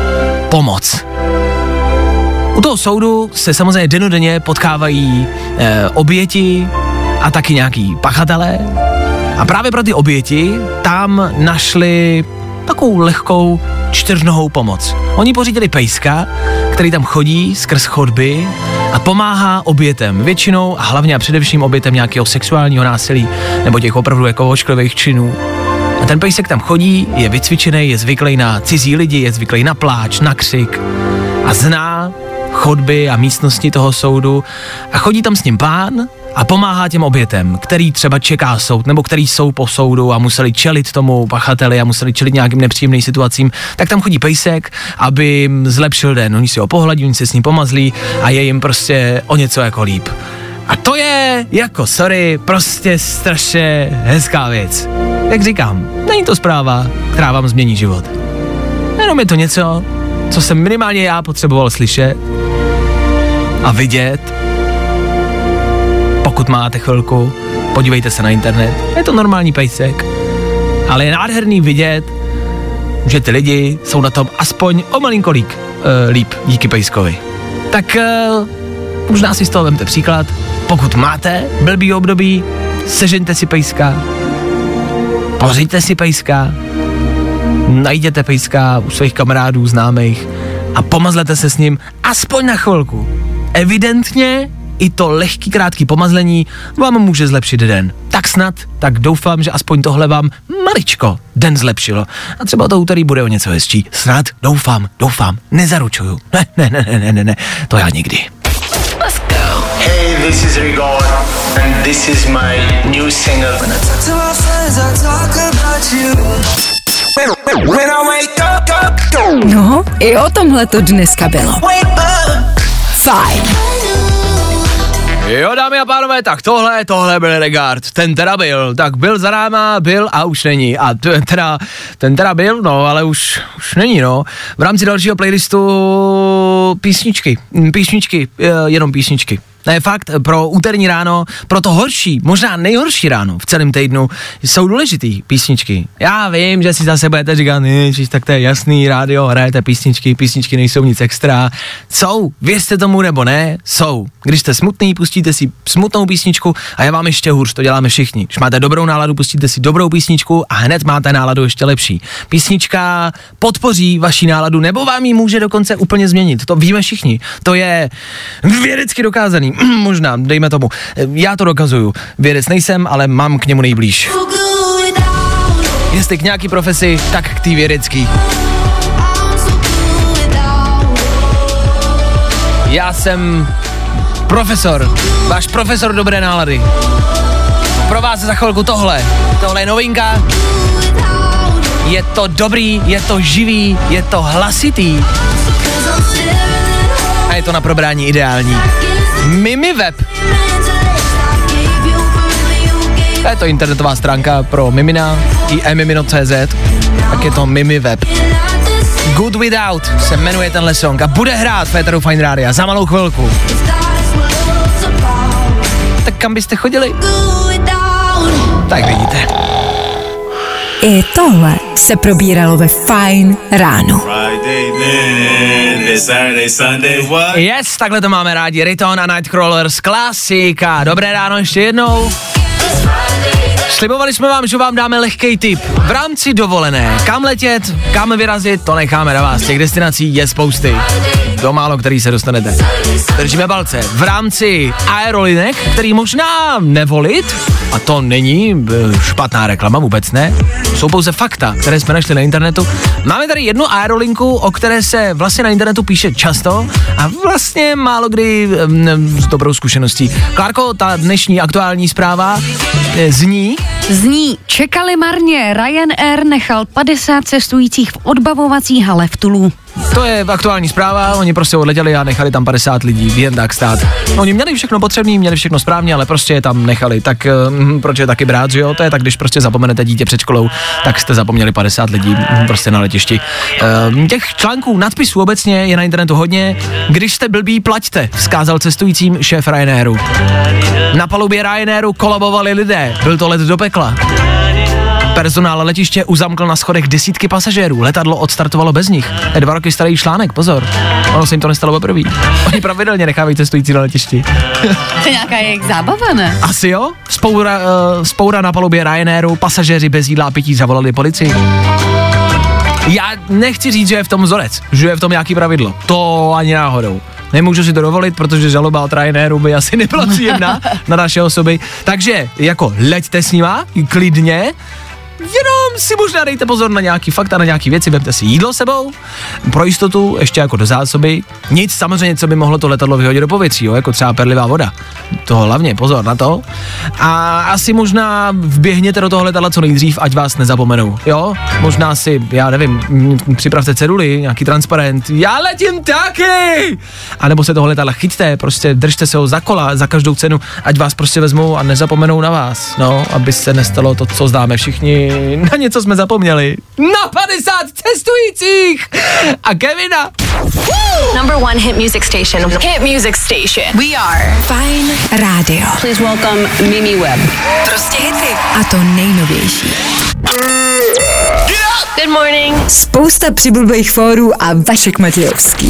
pomoc. U toho soudu se samozřejmě dennodenně potkávají e, oběti a taky nějaký pachatelé. A právě pro ty oběti tam našli takovou lehkou čtyřnohou pomoc. Oni pořídili pejska, který tam chodí skrz chodby a pomáhá obětem. Většinou a hlavně a především obětem nějakého sexuálního násilí nebo těch opravdu jako ošklivých činů. A ten pejsek tam chodí, je vycvičený, je zvyklý na cizí lidi, je zvyklý na pláč, na křik a zná chodby a místnosti toho soudu a chodí tam s ním pán a pomáhá těm obětem, který třeba čeká soud, nebo který jsou po soudu a museli čelit tomu pachateli a museli čelit nějakým nepříjemným situacím, tak tam chodí pejsek, aby jim zlepšil den. Oni si ho pohladí, oni se s ním pomazlí a je jim prostě o něco jako líp. A to je, jako sorry, prostě strašně hezká věc. Jak říkám, není to zpráva, která vám změní život. Jenom je to něco, co jsem minimálně já potřeboval slyšet a vidět. Pokud máte chvilku, podívejte se na internet, je to normální pejsek, ale je nádherný vidět, že ty lidi jsou na tom aspoň o malinko líp, uh, líp díky pejskovi. Tak uh, možná si z toho vemte příklad, pokud máte blbý období, sežeňte si pejska, pořiďte si pejska, najděte pejska u svých kamarádů, známých a pomazlete se s ním aspoň na chvilku. Evidentně i to lehký, krátký pomazlení vám může zlepšit den. Tak snad, tak doufám, že aspoň tohle vám maličko den zlepšilo. A třeba to úterý bude o něco hezčí. Snad, doufám, doufám, nezaručuju. Ne, ne, ne, ne, ne, ne, to já nikdy. Let's go. Hey, this is Rigor and this is my new single. No, i o tomhle to dneska bylo. Fajn. Jo, dámy a pánové, tak tohle, tohle byl Regard, ten teda byl, tak byl za náma, byl a už není. A ten teda, ten teda byl, no, ale už, už není, no. V rámci dalšího playlistu písničky, písničky, jenom písničky. Ne, fakt, pro úterní ráno, pro to horší, možná nejhorší ráno v celém týdnu jsou důležitý písničky. Já vím, že si zase budete říkat, ježiš, tak to je jasný, rádio, hrajete písničky, písničky nejsou nic extra. Jsou, věřte tomu nebo ne, jsou. Když jste smutný, pustíte si smutnou písničku a já vám ještě hůř, to děláme všichni. Když máte dobrou náladu, pustíte si dobrou písničku a hned máte náladu ještě lepší. Písnička podpoří vaši náladu nebo vám ji může dokonce úplně změnit. To víme všichni. To je vědecky dokázaný. Možná, dejme tomu. Já to dokazuju. Vědec nejsem, ale mám k němu nejblíž. Jestli k nějaký profesi, tak k té vědecký. Já jsem profesor, váš profesor dobré nálady. Pro vás za chvilku tohle. Tohle je novinka. Je to dobrý, je to živý, je to hlasitý. A je to na probrání ideální. Mimiweb. To je to internetová stránka pro mimina i emimino tečka cé zet, tak je to Mimiweb. Good Without se jmenuje tenhle song a bude hrát v éteru Fajn Rádia za malou chvilku. Tak kam byste chodili? Tak vidíte. I tohle se probíralo ve Fajn ráno. Yes, takhle to máme rádi. Riton a Nightcrawlers, klasika. Dobré ráno ještě jednou. Slibovali jsme vám, že vám dáme lehkej tip v rámci dovolené. Kam letět, kam vyrazit, to necháme na vás. Těch destinací je spousty. Do málo který se dostanete. Držíme palce. V rámci aerolinek, který možná nevolit, a to není špatná reklama, vůbec ne, jsou pouze fakta, které jsme našli na internetu. Máme tady jednu aerolinku, o které se vlastně na internetu píše často a vlastně málo kdy m, s dobrou zkušeností. Klárko, ta dnešní aktuální zpráva zní... Zní, čekali marně, Ryanair nechal padesát cestujících v odbavovací hale v Tulu. To je aktuální zpráva, oni prostě odletěli a nechali tam padesát lidí jen tak stát. Oni měli všechno potřebné, měli všechno správně, ale prostě je tam nechali. Tak hm, proč je taky brát, že jo? To je tak, když prostě zapomenete dítě před školou, tak jste zapomněli padesát lidí hm, prostě na letišti. Ehm, těch článků, nadpisů obecně je na internetu hodně. Když jste blbí, plaťte, vzkázal cestujícím šéf Ryanairu. Na palubě Ryanairu kolabovali lidé, byl to let do pekla. Personál letiště uzamkl na schodech desítky pasažérů. Letadlo odstartovalo bez nich. Je dva roky starý článek, pozor. Ono se jim to nestalo poprvé. Oni pravidelně nechávají cestující na letišti. To je nějaká jejich zábava, ne? Asi jo. Spoura, uh, spoura na palubě Ryanairu, pasažéři bez jídla a pití zavolali policii. Já nechci říct, že je v tom vzorec, že je v tom nějaký pravidlo. To ani náhodou. Nemůžu si to dovolit, protože žaloba od Ryanairu by asi nebyla příjemná na naše osoby. Takže jako leďte s nima, klidně, jenom si možná dejte pozor na nějaký fakta, na nějaký věci, vemte si jídlo sebou, pro jistotu, ještě jako do zásoby. Nic samozřejmě, co by mohlo to letadlo vyhodit do povětří, jo, jako třeba perlivá voda. To hlavně, pozor na to. A asi možná vběhněte do toho letadla co nejdřív, ať vás nezapomenou, jo. Možná si, já nevím, připravte ceduly, nějaký transparent, já letím taky! A nebo se toho letadla chyťte, prostě držte se ho za kola, za každou cenu, ať vás prostě vezmou a nezapomenou na vás, no, aby se nestalo to, co známe všichni. Na něco jsme zapomněli. Na padesát cestujících! A Kevina! Number one hit music station. Hit music station. We are Fajn rádio. Please welcome Mimi Webb. Prostě hity. A to nejnovější. Good morning. Spousta přibulbých fórů a Vašek Matějovský.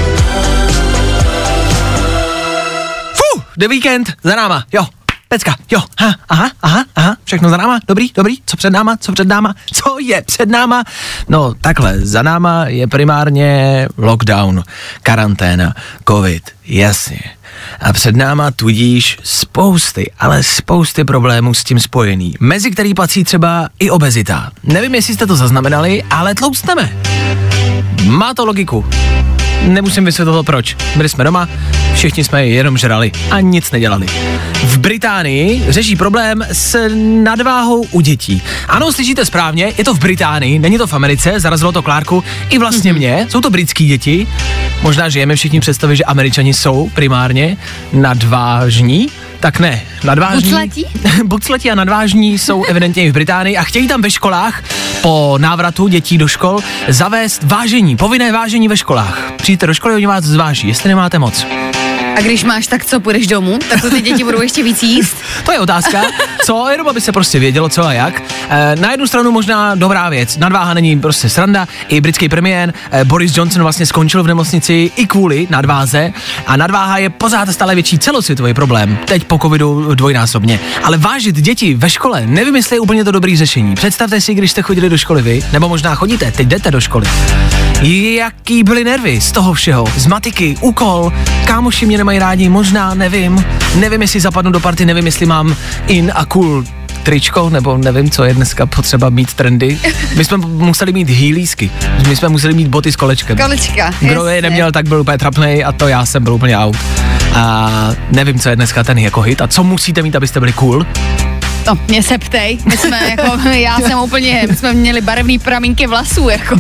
Fuh, the weekend za náma, jo. Pecka, jo, ha, aha, aha, aha, všechno za náma, dobrý, dobrý, co před náma, co před náma, co je před náma? No takhle, za náma je primárně lockdown, karanténa, covid, jasně. A před náma tudíž spousty, ale spousty problémů s tím spojený, mezi který patří třeba i obezita. Nevím, jestli jste to zaznamenali, ale tloustneme. Má to logiku. Nemusím vysvětlovat proč. Byli jsme doma, všichni jsme jenom žrali a nic nedělali. V Británii řeší problém s nadváhou u dětí. Ano, slyšíte správně, je to v Británii, není to v Americe, zarazilo to Klárku, i vlastně mě, jsou to britský děti. Možná žijeme všichni představit, že Američani jsou primárně nadvážní, tak ne, nadvážní. Buclatí? Buclatí a nadvážní jsou evidentně i v Británii a chtějí tam ve školách po návratu dětí do škol zavést vážení, povinné vážení ve školách. Přijďte do školy, oni vás zváží, jestli nemáte moc. A když máš, tak co, půjdeš domů? Tak to ty děti budou ještě víc jíst? To je otázka, co, jenom aby se prostě vědělo co a jak. E, na jednu stranu možná dobrá věc, nadváha není prostě sranda, i britský premiér e, Boris Johnson vlastně skončil v nemocnici i kvůli nadváze a nadváha je pořád stále větší celosvětový problém, teď po covidu dvojnásobně. Ale vážit děti ve škole, nevím, jestli je úplně to dobrý řešení. Představte si, když jste chodili do školy vy, nebo možná chodíte, teď jdete do školy. Jaký byly nervy z toho všeho, z matiky, úkol, kámoši mě nemají rádi, možná, nevím, nevím, jestli zapadnu do party, nevím, jestli mám in a cool tričko, nebo nevím, co je dneska potřeba mít trendy. My jsme museli mít heelísky, my jsme museli mít boty s kolečkem. Kolečka, Kdo je neměl, tak byl úplně trapnej a to já jsem byl úplně out. A nevím, co je dneska ten jako hit a co musíte mít, abyste byli cool. No, mě se ptej, my jsme jako, já jsem úplně, my jsme měli barevný pramínky vlasů, jako.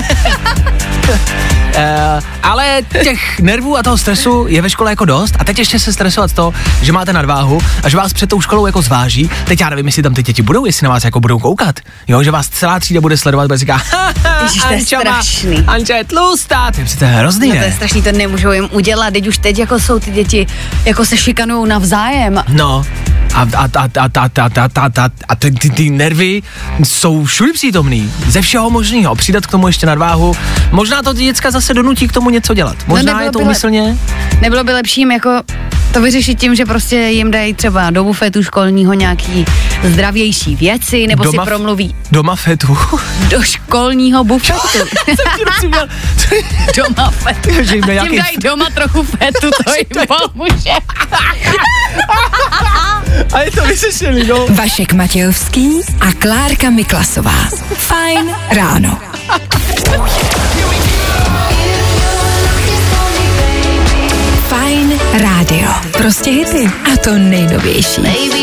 Uh, ale těch nervů a toho stresu je ve škole jako dost a teď ještě se stresovat z toho, že máte nadváhu a že vás před tou školou jako zváží. Teď já nevím, jestli tam ty děti budou, jestli na vás jako budou koukat. Jo, že vás celá třída bude sledovat, bude říká, Ježiš, to je strašný. Anča je tlustá, to je přece hrozný, No ne? to je strašný, to nemůžou jim udělat, teď už teď jako jsou ty děti, jako se šikanujou navzájem. No. A, a, a, a, a, a, a, a, a ty, ty, ty nervy jsou všude přítomný, ze všeho možného, přidat k tomu ještě nadváhu, možná to děcka zase donutí k tomu něco dělat, možná no je to by úmyslně. Le... Nebylo by lepší jim jako to vyřešit tím, že prostě jim dají třeba do bufetu školního nějaký zdravější věci, nebo Doma si promluví. Doma fetu. Do školního bufetu. Doma fetu. Tím dají doma trochu fetu, to jim pomůže. A je to vyřešený, no. Vašek Matějovský a Klárka Miklasová. Fajn ráno. Fajn rádio. Prostě hity. A to nejnovější.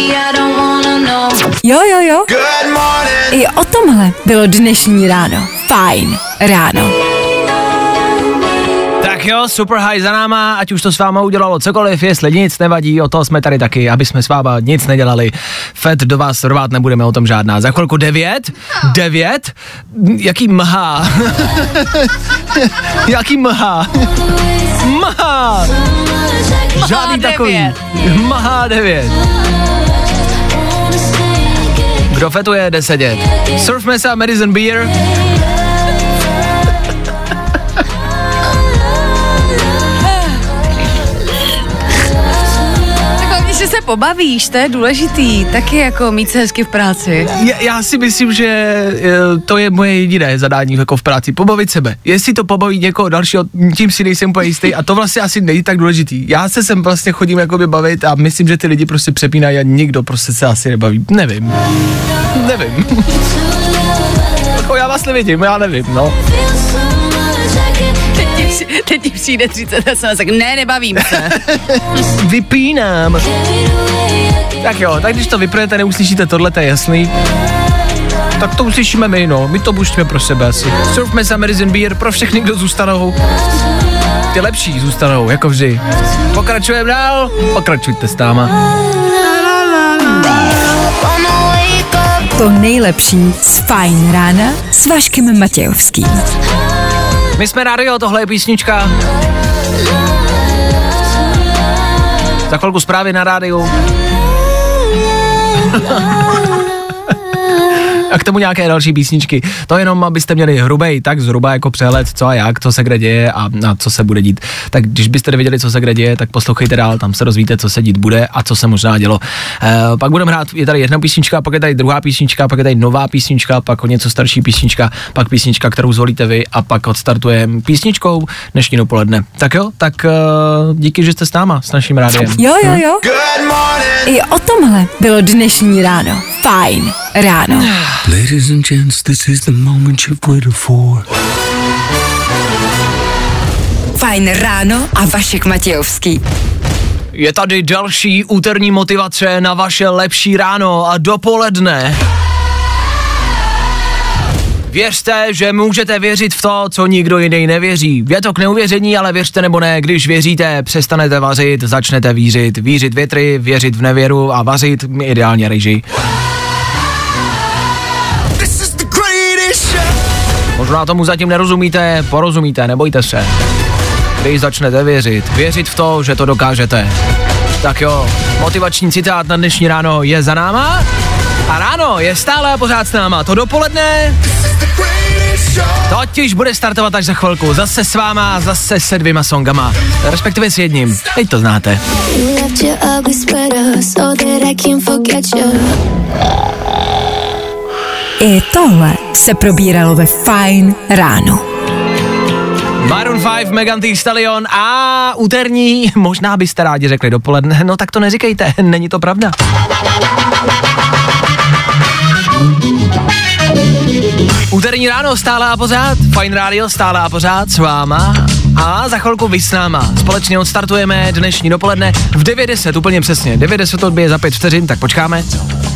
Jo, jo, jo. I o tomhle bylo dnešní ráno. Fajn ráno. Tak jo, super high za náma, ať už to s váma udělalo cokoliv, jestli nic nevadí, o to jsme tady taky, aby jsme s váma nic nedělali. Fed do vás rvát nebudeme, o tom žádná. Za chvilku devět? Devět? Jaký mhá? Jaký mhá? Mhá! Žádný takový. Mhá devět. Kdo fetuje, jde sedět. Surf Mesa, Madison Beer. Že se pobavíš, to je důležitý, taky jako mít se hezky v práci. Já, já si myslím, že to je moje jediné zadání jako v práci, pobavit sebe. Jestli to pobaví někoho dalšího, tím si nejsem úplně jistý a to vlastně asi není tak důležitý. Já se sem vlastně chodím jakoby bavit a myslím, že ty lidi prostě přepínají a nikdo prostě se asi nebaví. Nevím. Nevím. Jako já vás nevidím, já nevím, no. Teď ti přijde třicet a jsem tak, ne, nebavím se. Vypínám. Tak jo, tak když to vypnete, neuslyšíte tohle, to je jasný. Tak to uslyšíme my, no. My to puštíme pro sebe asi. Surf Mesa, Madison Beer, pro všechny, kdo zůstanou. Ty lepší zůstanou, jako vždy. Pokračujeme dál, pokračujte s náma. To nejlepší z Fajn rána s Vaškem Matějovským. My jsme rádio, tohle je písnička. Za chvilku zprávy na rádiu. A k tomu nějaké další písničky. To jenom, abyste měli hrubej, tak zhruba jako přehled, co a jak, co se kde děje a, a co se bude dít. Tak když byste nevěděli, co se kde děje, tak poslouchejte dál, tam se dozvíte, co se dít bude a co se možná dělo. E, pak budeme hrát, je tady jedna písnička, pak je tady druhá písnička, pak je tady nová písnička, pak o něco starší písnička, pak písnička, kterou zvolíte vy a pak odstartujeme písničkou dnešní dopoledne. Tak jo, tak uh, díky, že jste s náma, s naším rádiem. Jo, jo, jo. I o tomhle bylo dnešní ráno. Fajn ráno. Ladies and gents, this is the moment you've waited for. Fajn ráno a Vašek Matějovský. Je tady další úterní motivace na vaše lepší ráno a dopoledne. Věřte, že můžete věřit v to, co nikdo jiný nevěří. Je to k neuvěření, ale věřte nebo ne, když věříte, přestanete vařit, začnete vířit. Vířit větry, věřit v nevěru a vařit ideálně ryži. Možná tomu zatím nerozumíte, porozumíte, nebojte se. Když začnete věřit, věřit v to, že to dokážete. Tak jo, motivační citát na dnešní ráno je za náma a ráno je stále a pořád s náma. To dopoledne totiž bude startovat až za chvilku. Zase s váma, zase se dvěma songama, respektive s jedním. Teď to znáte. I tohle se probíralo ve Fajn ráno. Maroon pět, Megan Thee Stallion a úterní, možná byste rádi řekli dopoledne, no tak to neříkejte, není to pravda. Úterní ráno stále a pořád, Fajn rádio stále a pořád s váma a za chvilku vy s náma. Společně odstartujeme dnešní dopoledne v devět deset, úplně přesně, devět deset odbije za pět vteřin, tak počkáme.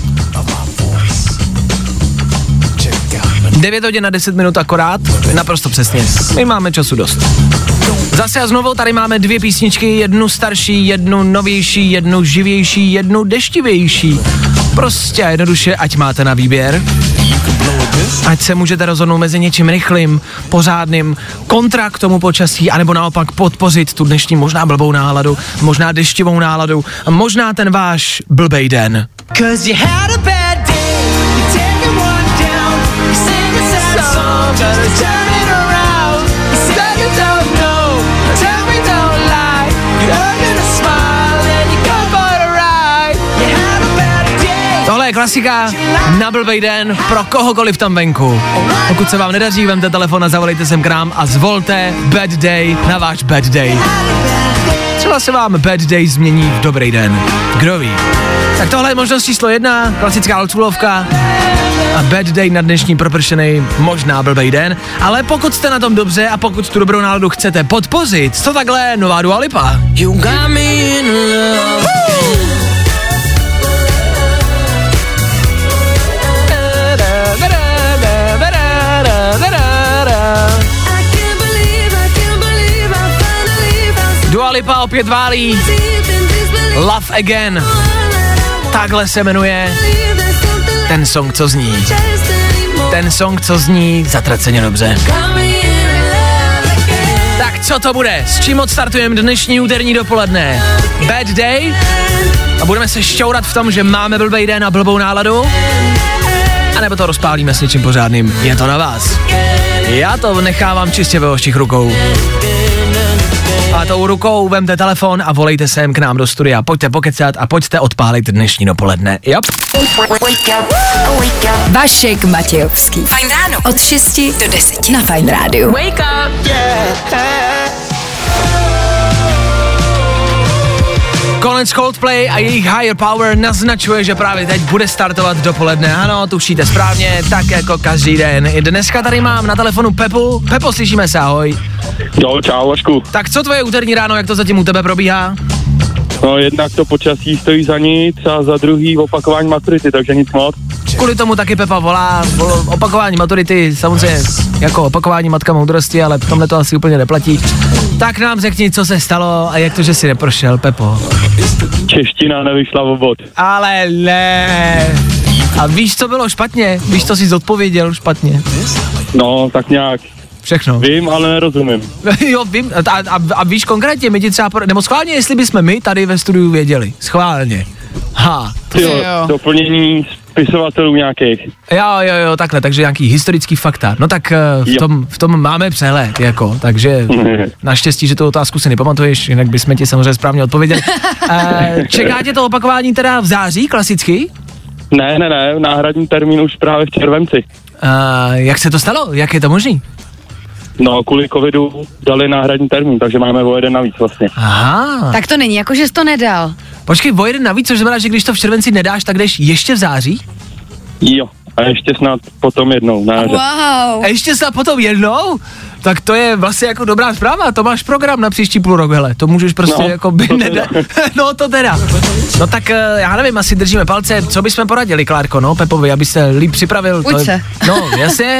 devět hodin na deset minut akorát, naprosto přesně. My máme času dost. Zase a znovu tady máme dvě písničky, jednu starší, jednu novější, jednu živější, jednu deštivější. Prostě jednoduše, ať máte na výběr. Ať se můžete rozhodnout mezi něčím rychlým, pořádným, kontra k tomu počasí, anebo naopak podpořit tu dnešní možná blbou náladu, možná deštivou náladu, možná ten váš blbej den. Tohle je klasika na blbej den pro kohokoliv tam venku. Pokud se vám nedaří, vemte telefon a zavolejte sem k nám a zvolte bad day na váš bad day. Třeba se vám bad day změní v dobrý den. Kdo ví? Tak tohle je možnost číslo jedna, klasická oldsschoolovka a bad day na dnešní propršený, možná blbej den, ale pokud jste na tom dobře a pokud tu dobrou náladu chcete podpořit, co takhle nová Dua Lipa. You got me in love. Dua Lipa opět válí. Love Again. Takhle se jmenuje ten song, co zní. Ten song, co zní zatraceně dobře. Tak co to bude? S čím odstartujeme dnešní úterní dopoledne? Bad day? A budeme se šťourat v tom, že máme blbej den a blbou náladu? anebo to rozpálíme s něčím pořádným. Je to na vás. Já to nechávám čistě ve vašich rukou. A tou rukou vemte telefon a volejte sem k nám do studia. Pojďte pokecat a pojďte odpálit dnešní dopoledne. Jo. Vašek Matějovský. Fajn ráno. Od šesti do deseti na Fajn rádiu. Wake up. Yeah. Konec Coldplay a jejich Higher Power naznačuje, že právě teď bude startovat dopoledne. Ano, tušíte správně, tak jako každý den. I dneska tady mám na telefonu Pepu. Pepo, slyšíme se, ahoj. Jo, čau, Vašku. Tak co tvoje úterní ráno, jak to zatím u tebe probíhá? No, jednak to počasí stojí za nic a za druhý opakování maturity, takže nic moc. Kvůli tomu taky Pepa volá, opakování maturity, samozřejmě jako opakování matka moudrosti, ale v tomhle to asi úplně neplatí. Tak nám řekni, co se stalo a jak to, že jsi neprošel, Pepo. Čeština nevyšla v obod. Ale ne. A víš, co bylo špatně? Víš, co jsi zodpověděl špatně? No, tak nějak. Všechno. Vím, ale nerozumím. Jo, vím. A, a, a víš konkrétně, my ti třeba, nebo schválně, jestli bychom my tady ve studiu věděli. Schválně. Ha. Jo, jo. Doplnění spisovatelů nějakých. Jo, jo, jo, takhle, takže nějaký historický fakta. No tak v tom, v tom máme přehled, jako, takže naštěstí, že tu otázku si nepamatuješ, jinak bychom ti samozřejmě správně odpověděli. E, čeká tě to opakování teda v září, klasicky? Ne, ne, ne, náhradní termín už právě v červenci. E, jak se to stalo? Jak je to možný? No, kvůli covidu dali náhradní termín, takže máme o jeden navíc vlastně. Aha. Tak to není, jako že jsi to nedal. Počkej, o jeden navíc, což znamená, že když to v červenci nedáš, tak jdeš ještě v září? Jo, a ještě snad potom jednou. Na Wow. A ještě snad potom jednou? Tak to je vlastně jako dobrá zpráva, to máš program na příští půl rok, hele, to můžeš prostě no, jako by neda... No to teda. No tak já nevím, asi držíme palce, co bychom poradili, Klárko, no, Pepovi, aby se líp připravil. Uď se. No, jasně.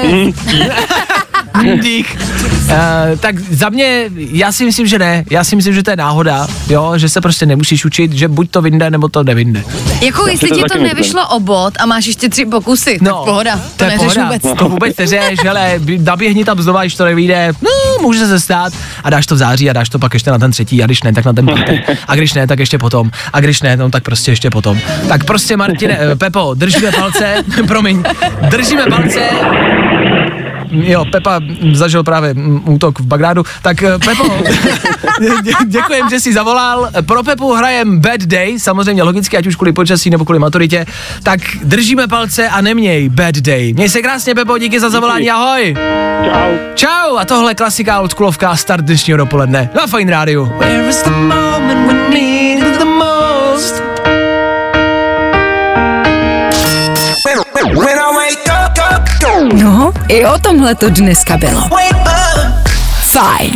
Dík. Uh, tak za mě, já si myslím, že ne. Já si myslím, že to je náhoda, jo, že se prostě nemusíš učit, že buď to vynde, nebo to nevynde. Jako jestli ti to nevyšlo obod a máš ještě tři pokusy, no, tak pohoda, to, to neřeš pohoda. Vůbec. To vůbec neřeš, hele, naběhni tam znova, když to nevyjde, no, může se stát a dáš to v září a dáš to pak ještě na ten třetí a když ne, tak na ten pátý. A když ne, tak ještě potom. A když ne, no, tak prostě ještě potom. Tak prostě, Martine, Pepo, držíme palce, promiň, držíme palce. Jo, Pepa zažil právě útok v Bagdádu, tak Pepo, dě- děkujem, že jsi zavolal. Pro Pepu hrajem Bad Day, samozřejmě logicky, ať už kvůli počasí nebo kvůli maturitě, tak držíme palce a neměj Bad Day. Měj se krásně, Pepo, díky za zavolání, ahoj. Čau. Čau, a tohle klasika oldschoolovka, start dnešního dopoledne na Fajn rádiu. No, i o tomhle to dneska bylo. Fajn.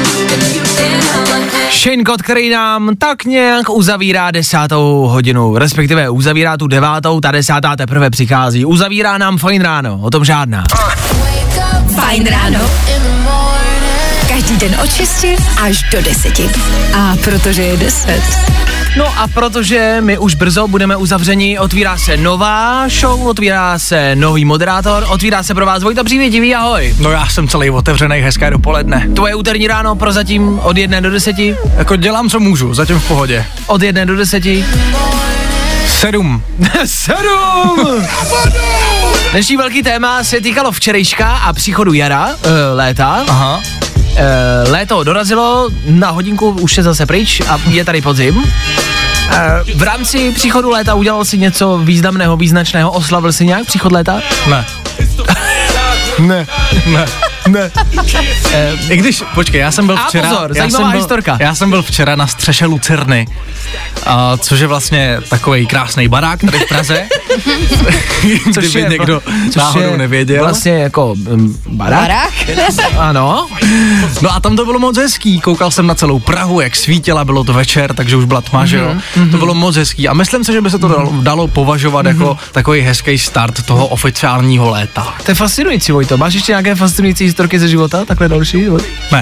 Shane God, který nám tak nějak uzavírá desátou hodinu, respektive uzavírá tu devátou, ta desátá teprve přichází. Uzavírá nám Fajn ráno, o tom žádná. Fajn ráno. Každý den od šesti až do deseti. A protože je deset. No a protože my už brzo budeme uzavřeni, otvírá se nová show, otvírá se nový moderátor, otvírá se pro vás Vojta Přívětivý, ahoj. No já jsem celý otevřený, hezké dopoledne. Tvoje úterní ráno prozatím od jedné do deseti? Jako dělám, co můžu, zatím v pohodě. Od jedné do deseti? Sedm. Sedm! Dnešní velký téma se týkalo včerejška a příchodu jara, uh, léta. Aha. Uh, léto dorazilo, na hodinku už je zase pryč a je tady podzim. Uh, v rámci příchodu léta udělal si něco významného, význačného, oslavil si nějak příchod léta? Ne. ne, ne, ne. E, I když, počkej, já jsem byl včera... A pozor, já zajímavá jsem byl, historka. Já jsem byl včera na střeše Lucerny, a, což je vlastně takovej krásný barák tady v Praze. Což Kdyby je, někdo což náhodou je nevěděl. Vlastně jako um, barák. Barák? Ano. No a tam to bylo moc hezký, koukal jsem na celou Prahu, jak svítila, bylo to večer, takže už byla tma, mm-hmm. že jo. Mm-hmm. To bylo moc hezký a myslím si, že by se to dalo, dalo považovat mm-hmm. jako takový hezký start toho oficiálního léta. To je fascinující, Vojto. Máš ještě nějaké fascinující historky ze života? Takhle další? Ne.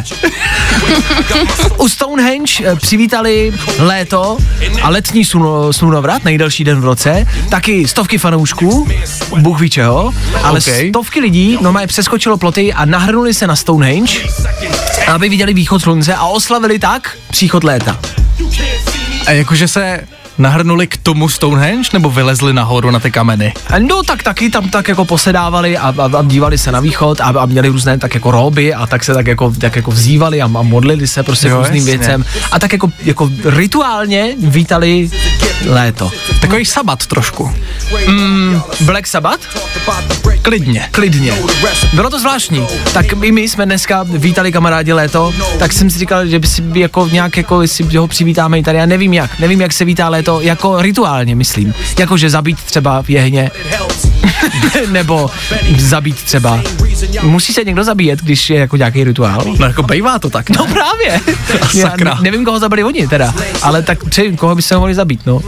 U Stonehenge přivítali léto a letní slunovrat, nejdelší den v roce, taky stovky fanoušků, Bůh ví čeho, ale okay. stovky lidí normálně přeskočilo ploty a nahrnuli se na Stonehenge, aby viděli východ slunce a oslavili tak příchod léta. A jakože se nahrnuli k tomu Stonehenge, nebo vylezli nahoru na ty kameny? No tak taky tam tak jako posedávali a, a, a dívali se na východ a, a měli různé tak jako róby a tak se tak jako, tak jako vzývali a, a modlili se prostě Jo, různým jasně. věcem a tak jako, jako rituálně vítali léto. Takový sabat trošku. Mm, Black Sabbath? Klidně. Klidně. Bylo to zvláštní. Tak i my jsme dneska vítali kamarádi léto, tak jsem si říkal, že by si jako nějak jako, jestli ho přivítáme i tady, já nevím jak, nevím jak se vítá léto, jako rituálně myslím. Jakože zabít třeba jehně, nebo zabít třeba. Musí se někdo zabíjet, když je jako nějaký rituál? No jako bejvá to tak, ne? No právě. Sakra. Já nevím, koho zabili oni teda, ale tak přeji, koho by se mohli zabít, no.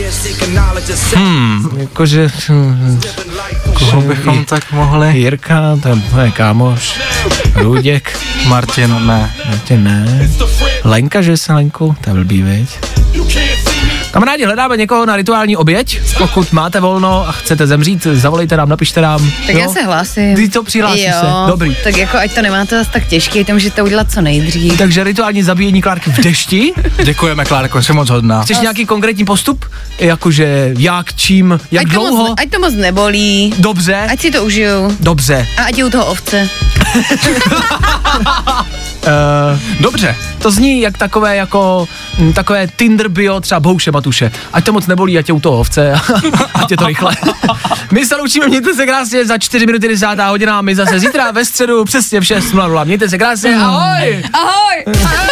Hmm. Jakože... Koho bychom tak mohli? Jirka, to je kámoš. Luděk. Martin, ne. Martin, ne. Lenka, že se Lenku? To je blbý, viď? Kamarádi, hledáme někoho na rituální oběť. Pokud máte volno a chcete zemřít, zavolejte nám, napište nám. Tak jo? já se hlásím. Ty to přihlásíš jo, se, dobrý. Tak jako ať to nemáte zase tak těžký, to můžete udělat co nejdřív. Takže rituální zabíjení Klárky v dešti. Děkujeme, Klárko, jsi moc hodná. Chceš nějaký konkrétní postup? Jakože jak, čím, jak ať dlouho? To moc, ať to moc nebolí. Dobře. Ať si to užiju. Dobře. A ať je u toho ovce. Uh, dobře, to zní jak takové jako m, takové Tinder bio třeba Bouše Matuše. Ať to moc nebolí, ať je u toho ovce, ať je to rychle. My se loučíme, mějte se krásně, za čtyři minuty desátá hodina, my zase zítra ve středu přesně v šest nula nula. Mějte se krásně, ahoj! Ahoj!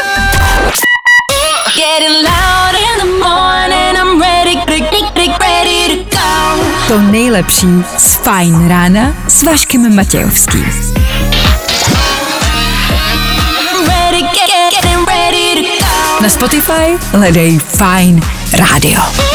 To nejlepší z Fajn rána s Vaškem Matějovským. Na Spotify hledej Fajn rádio.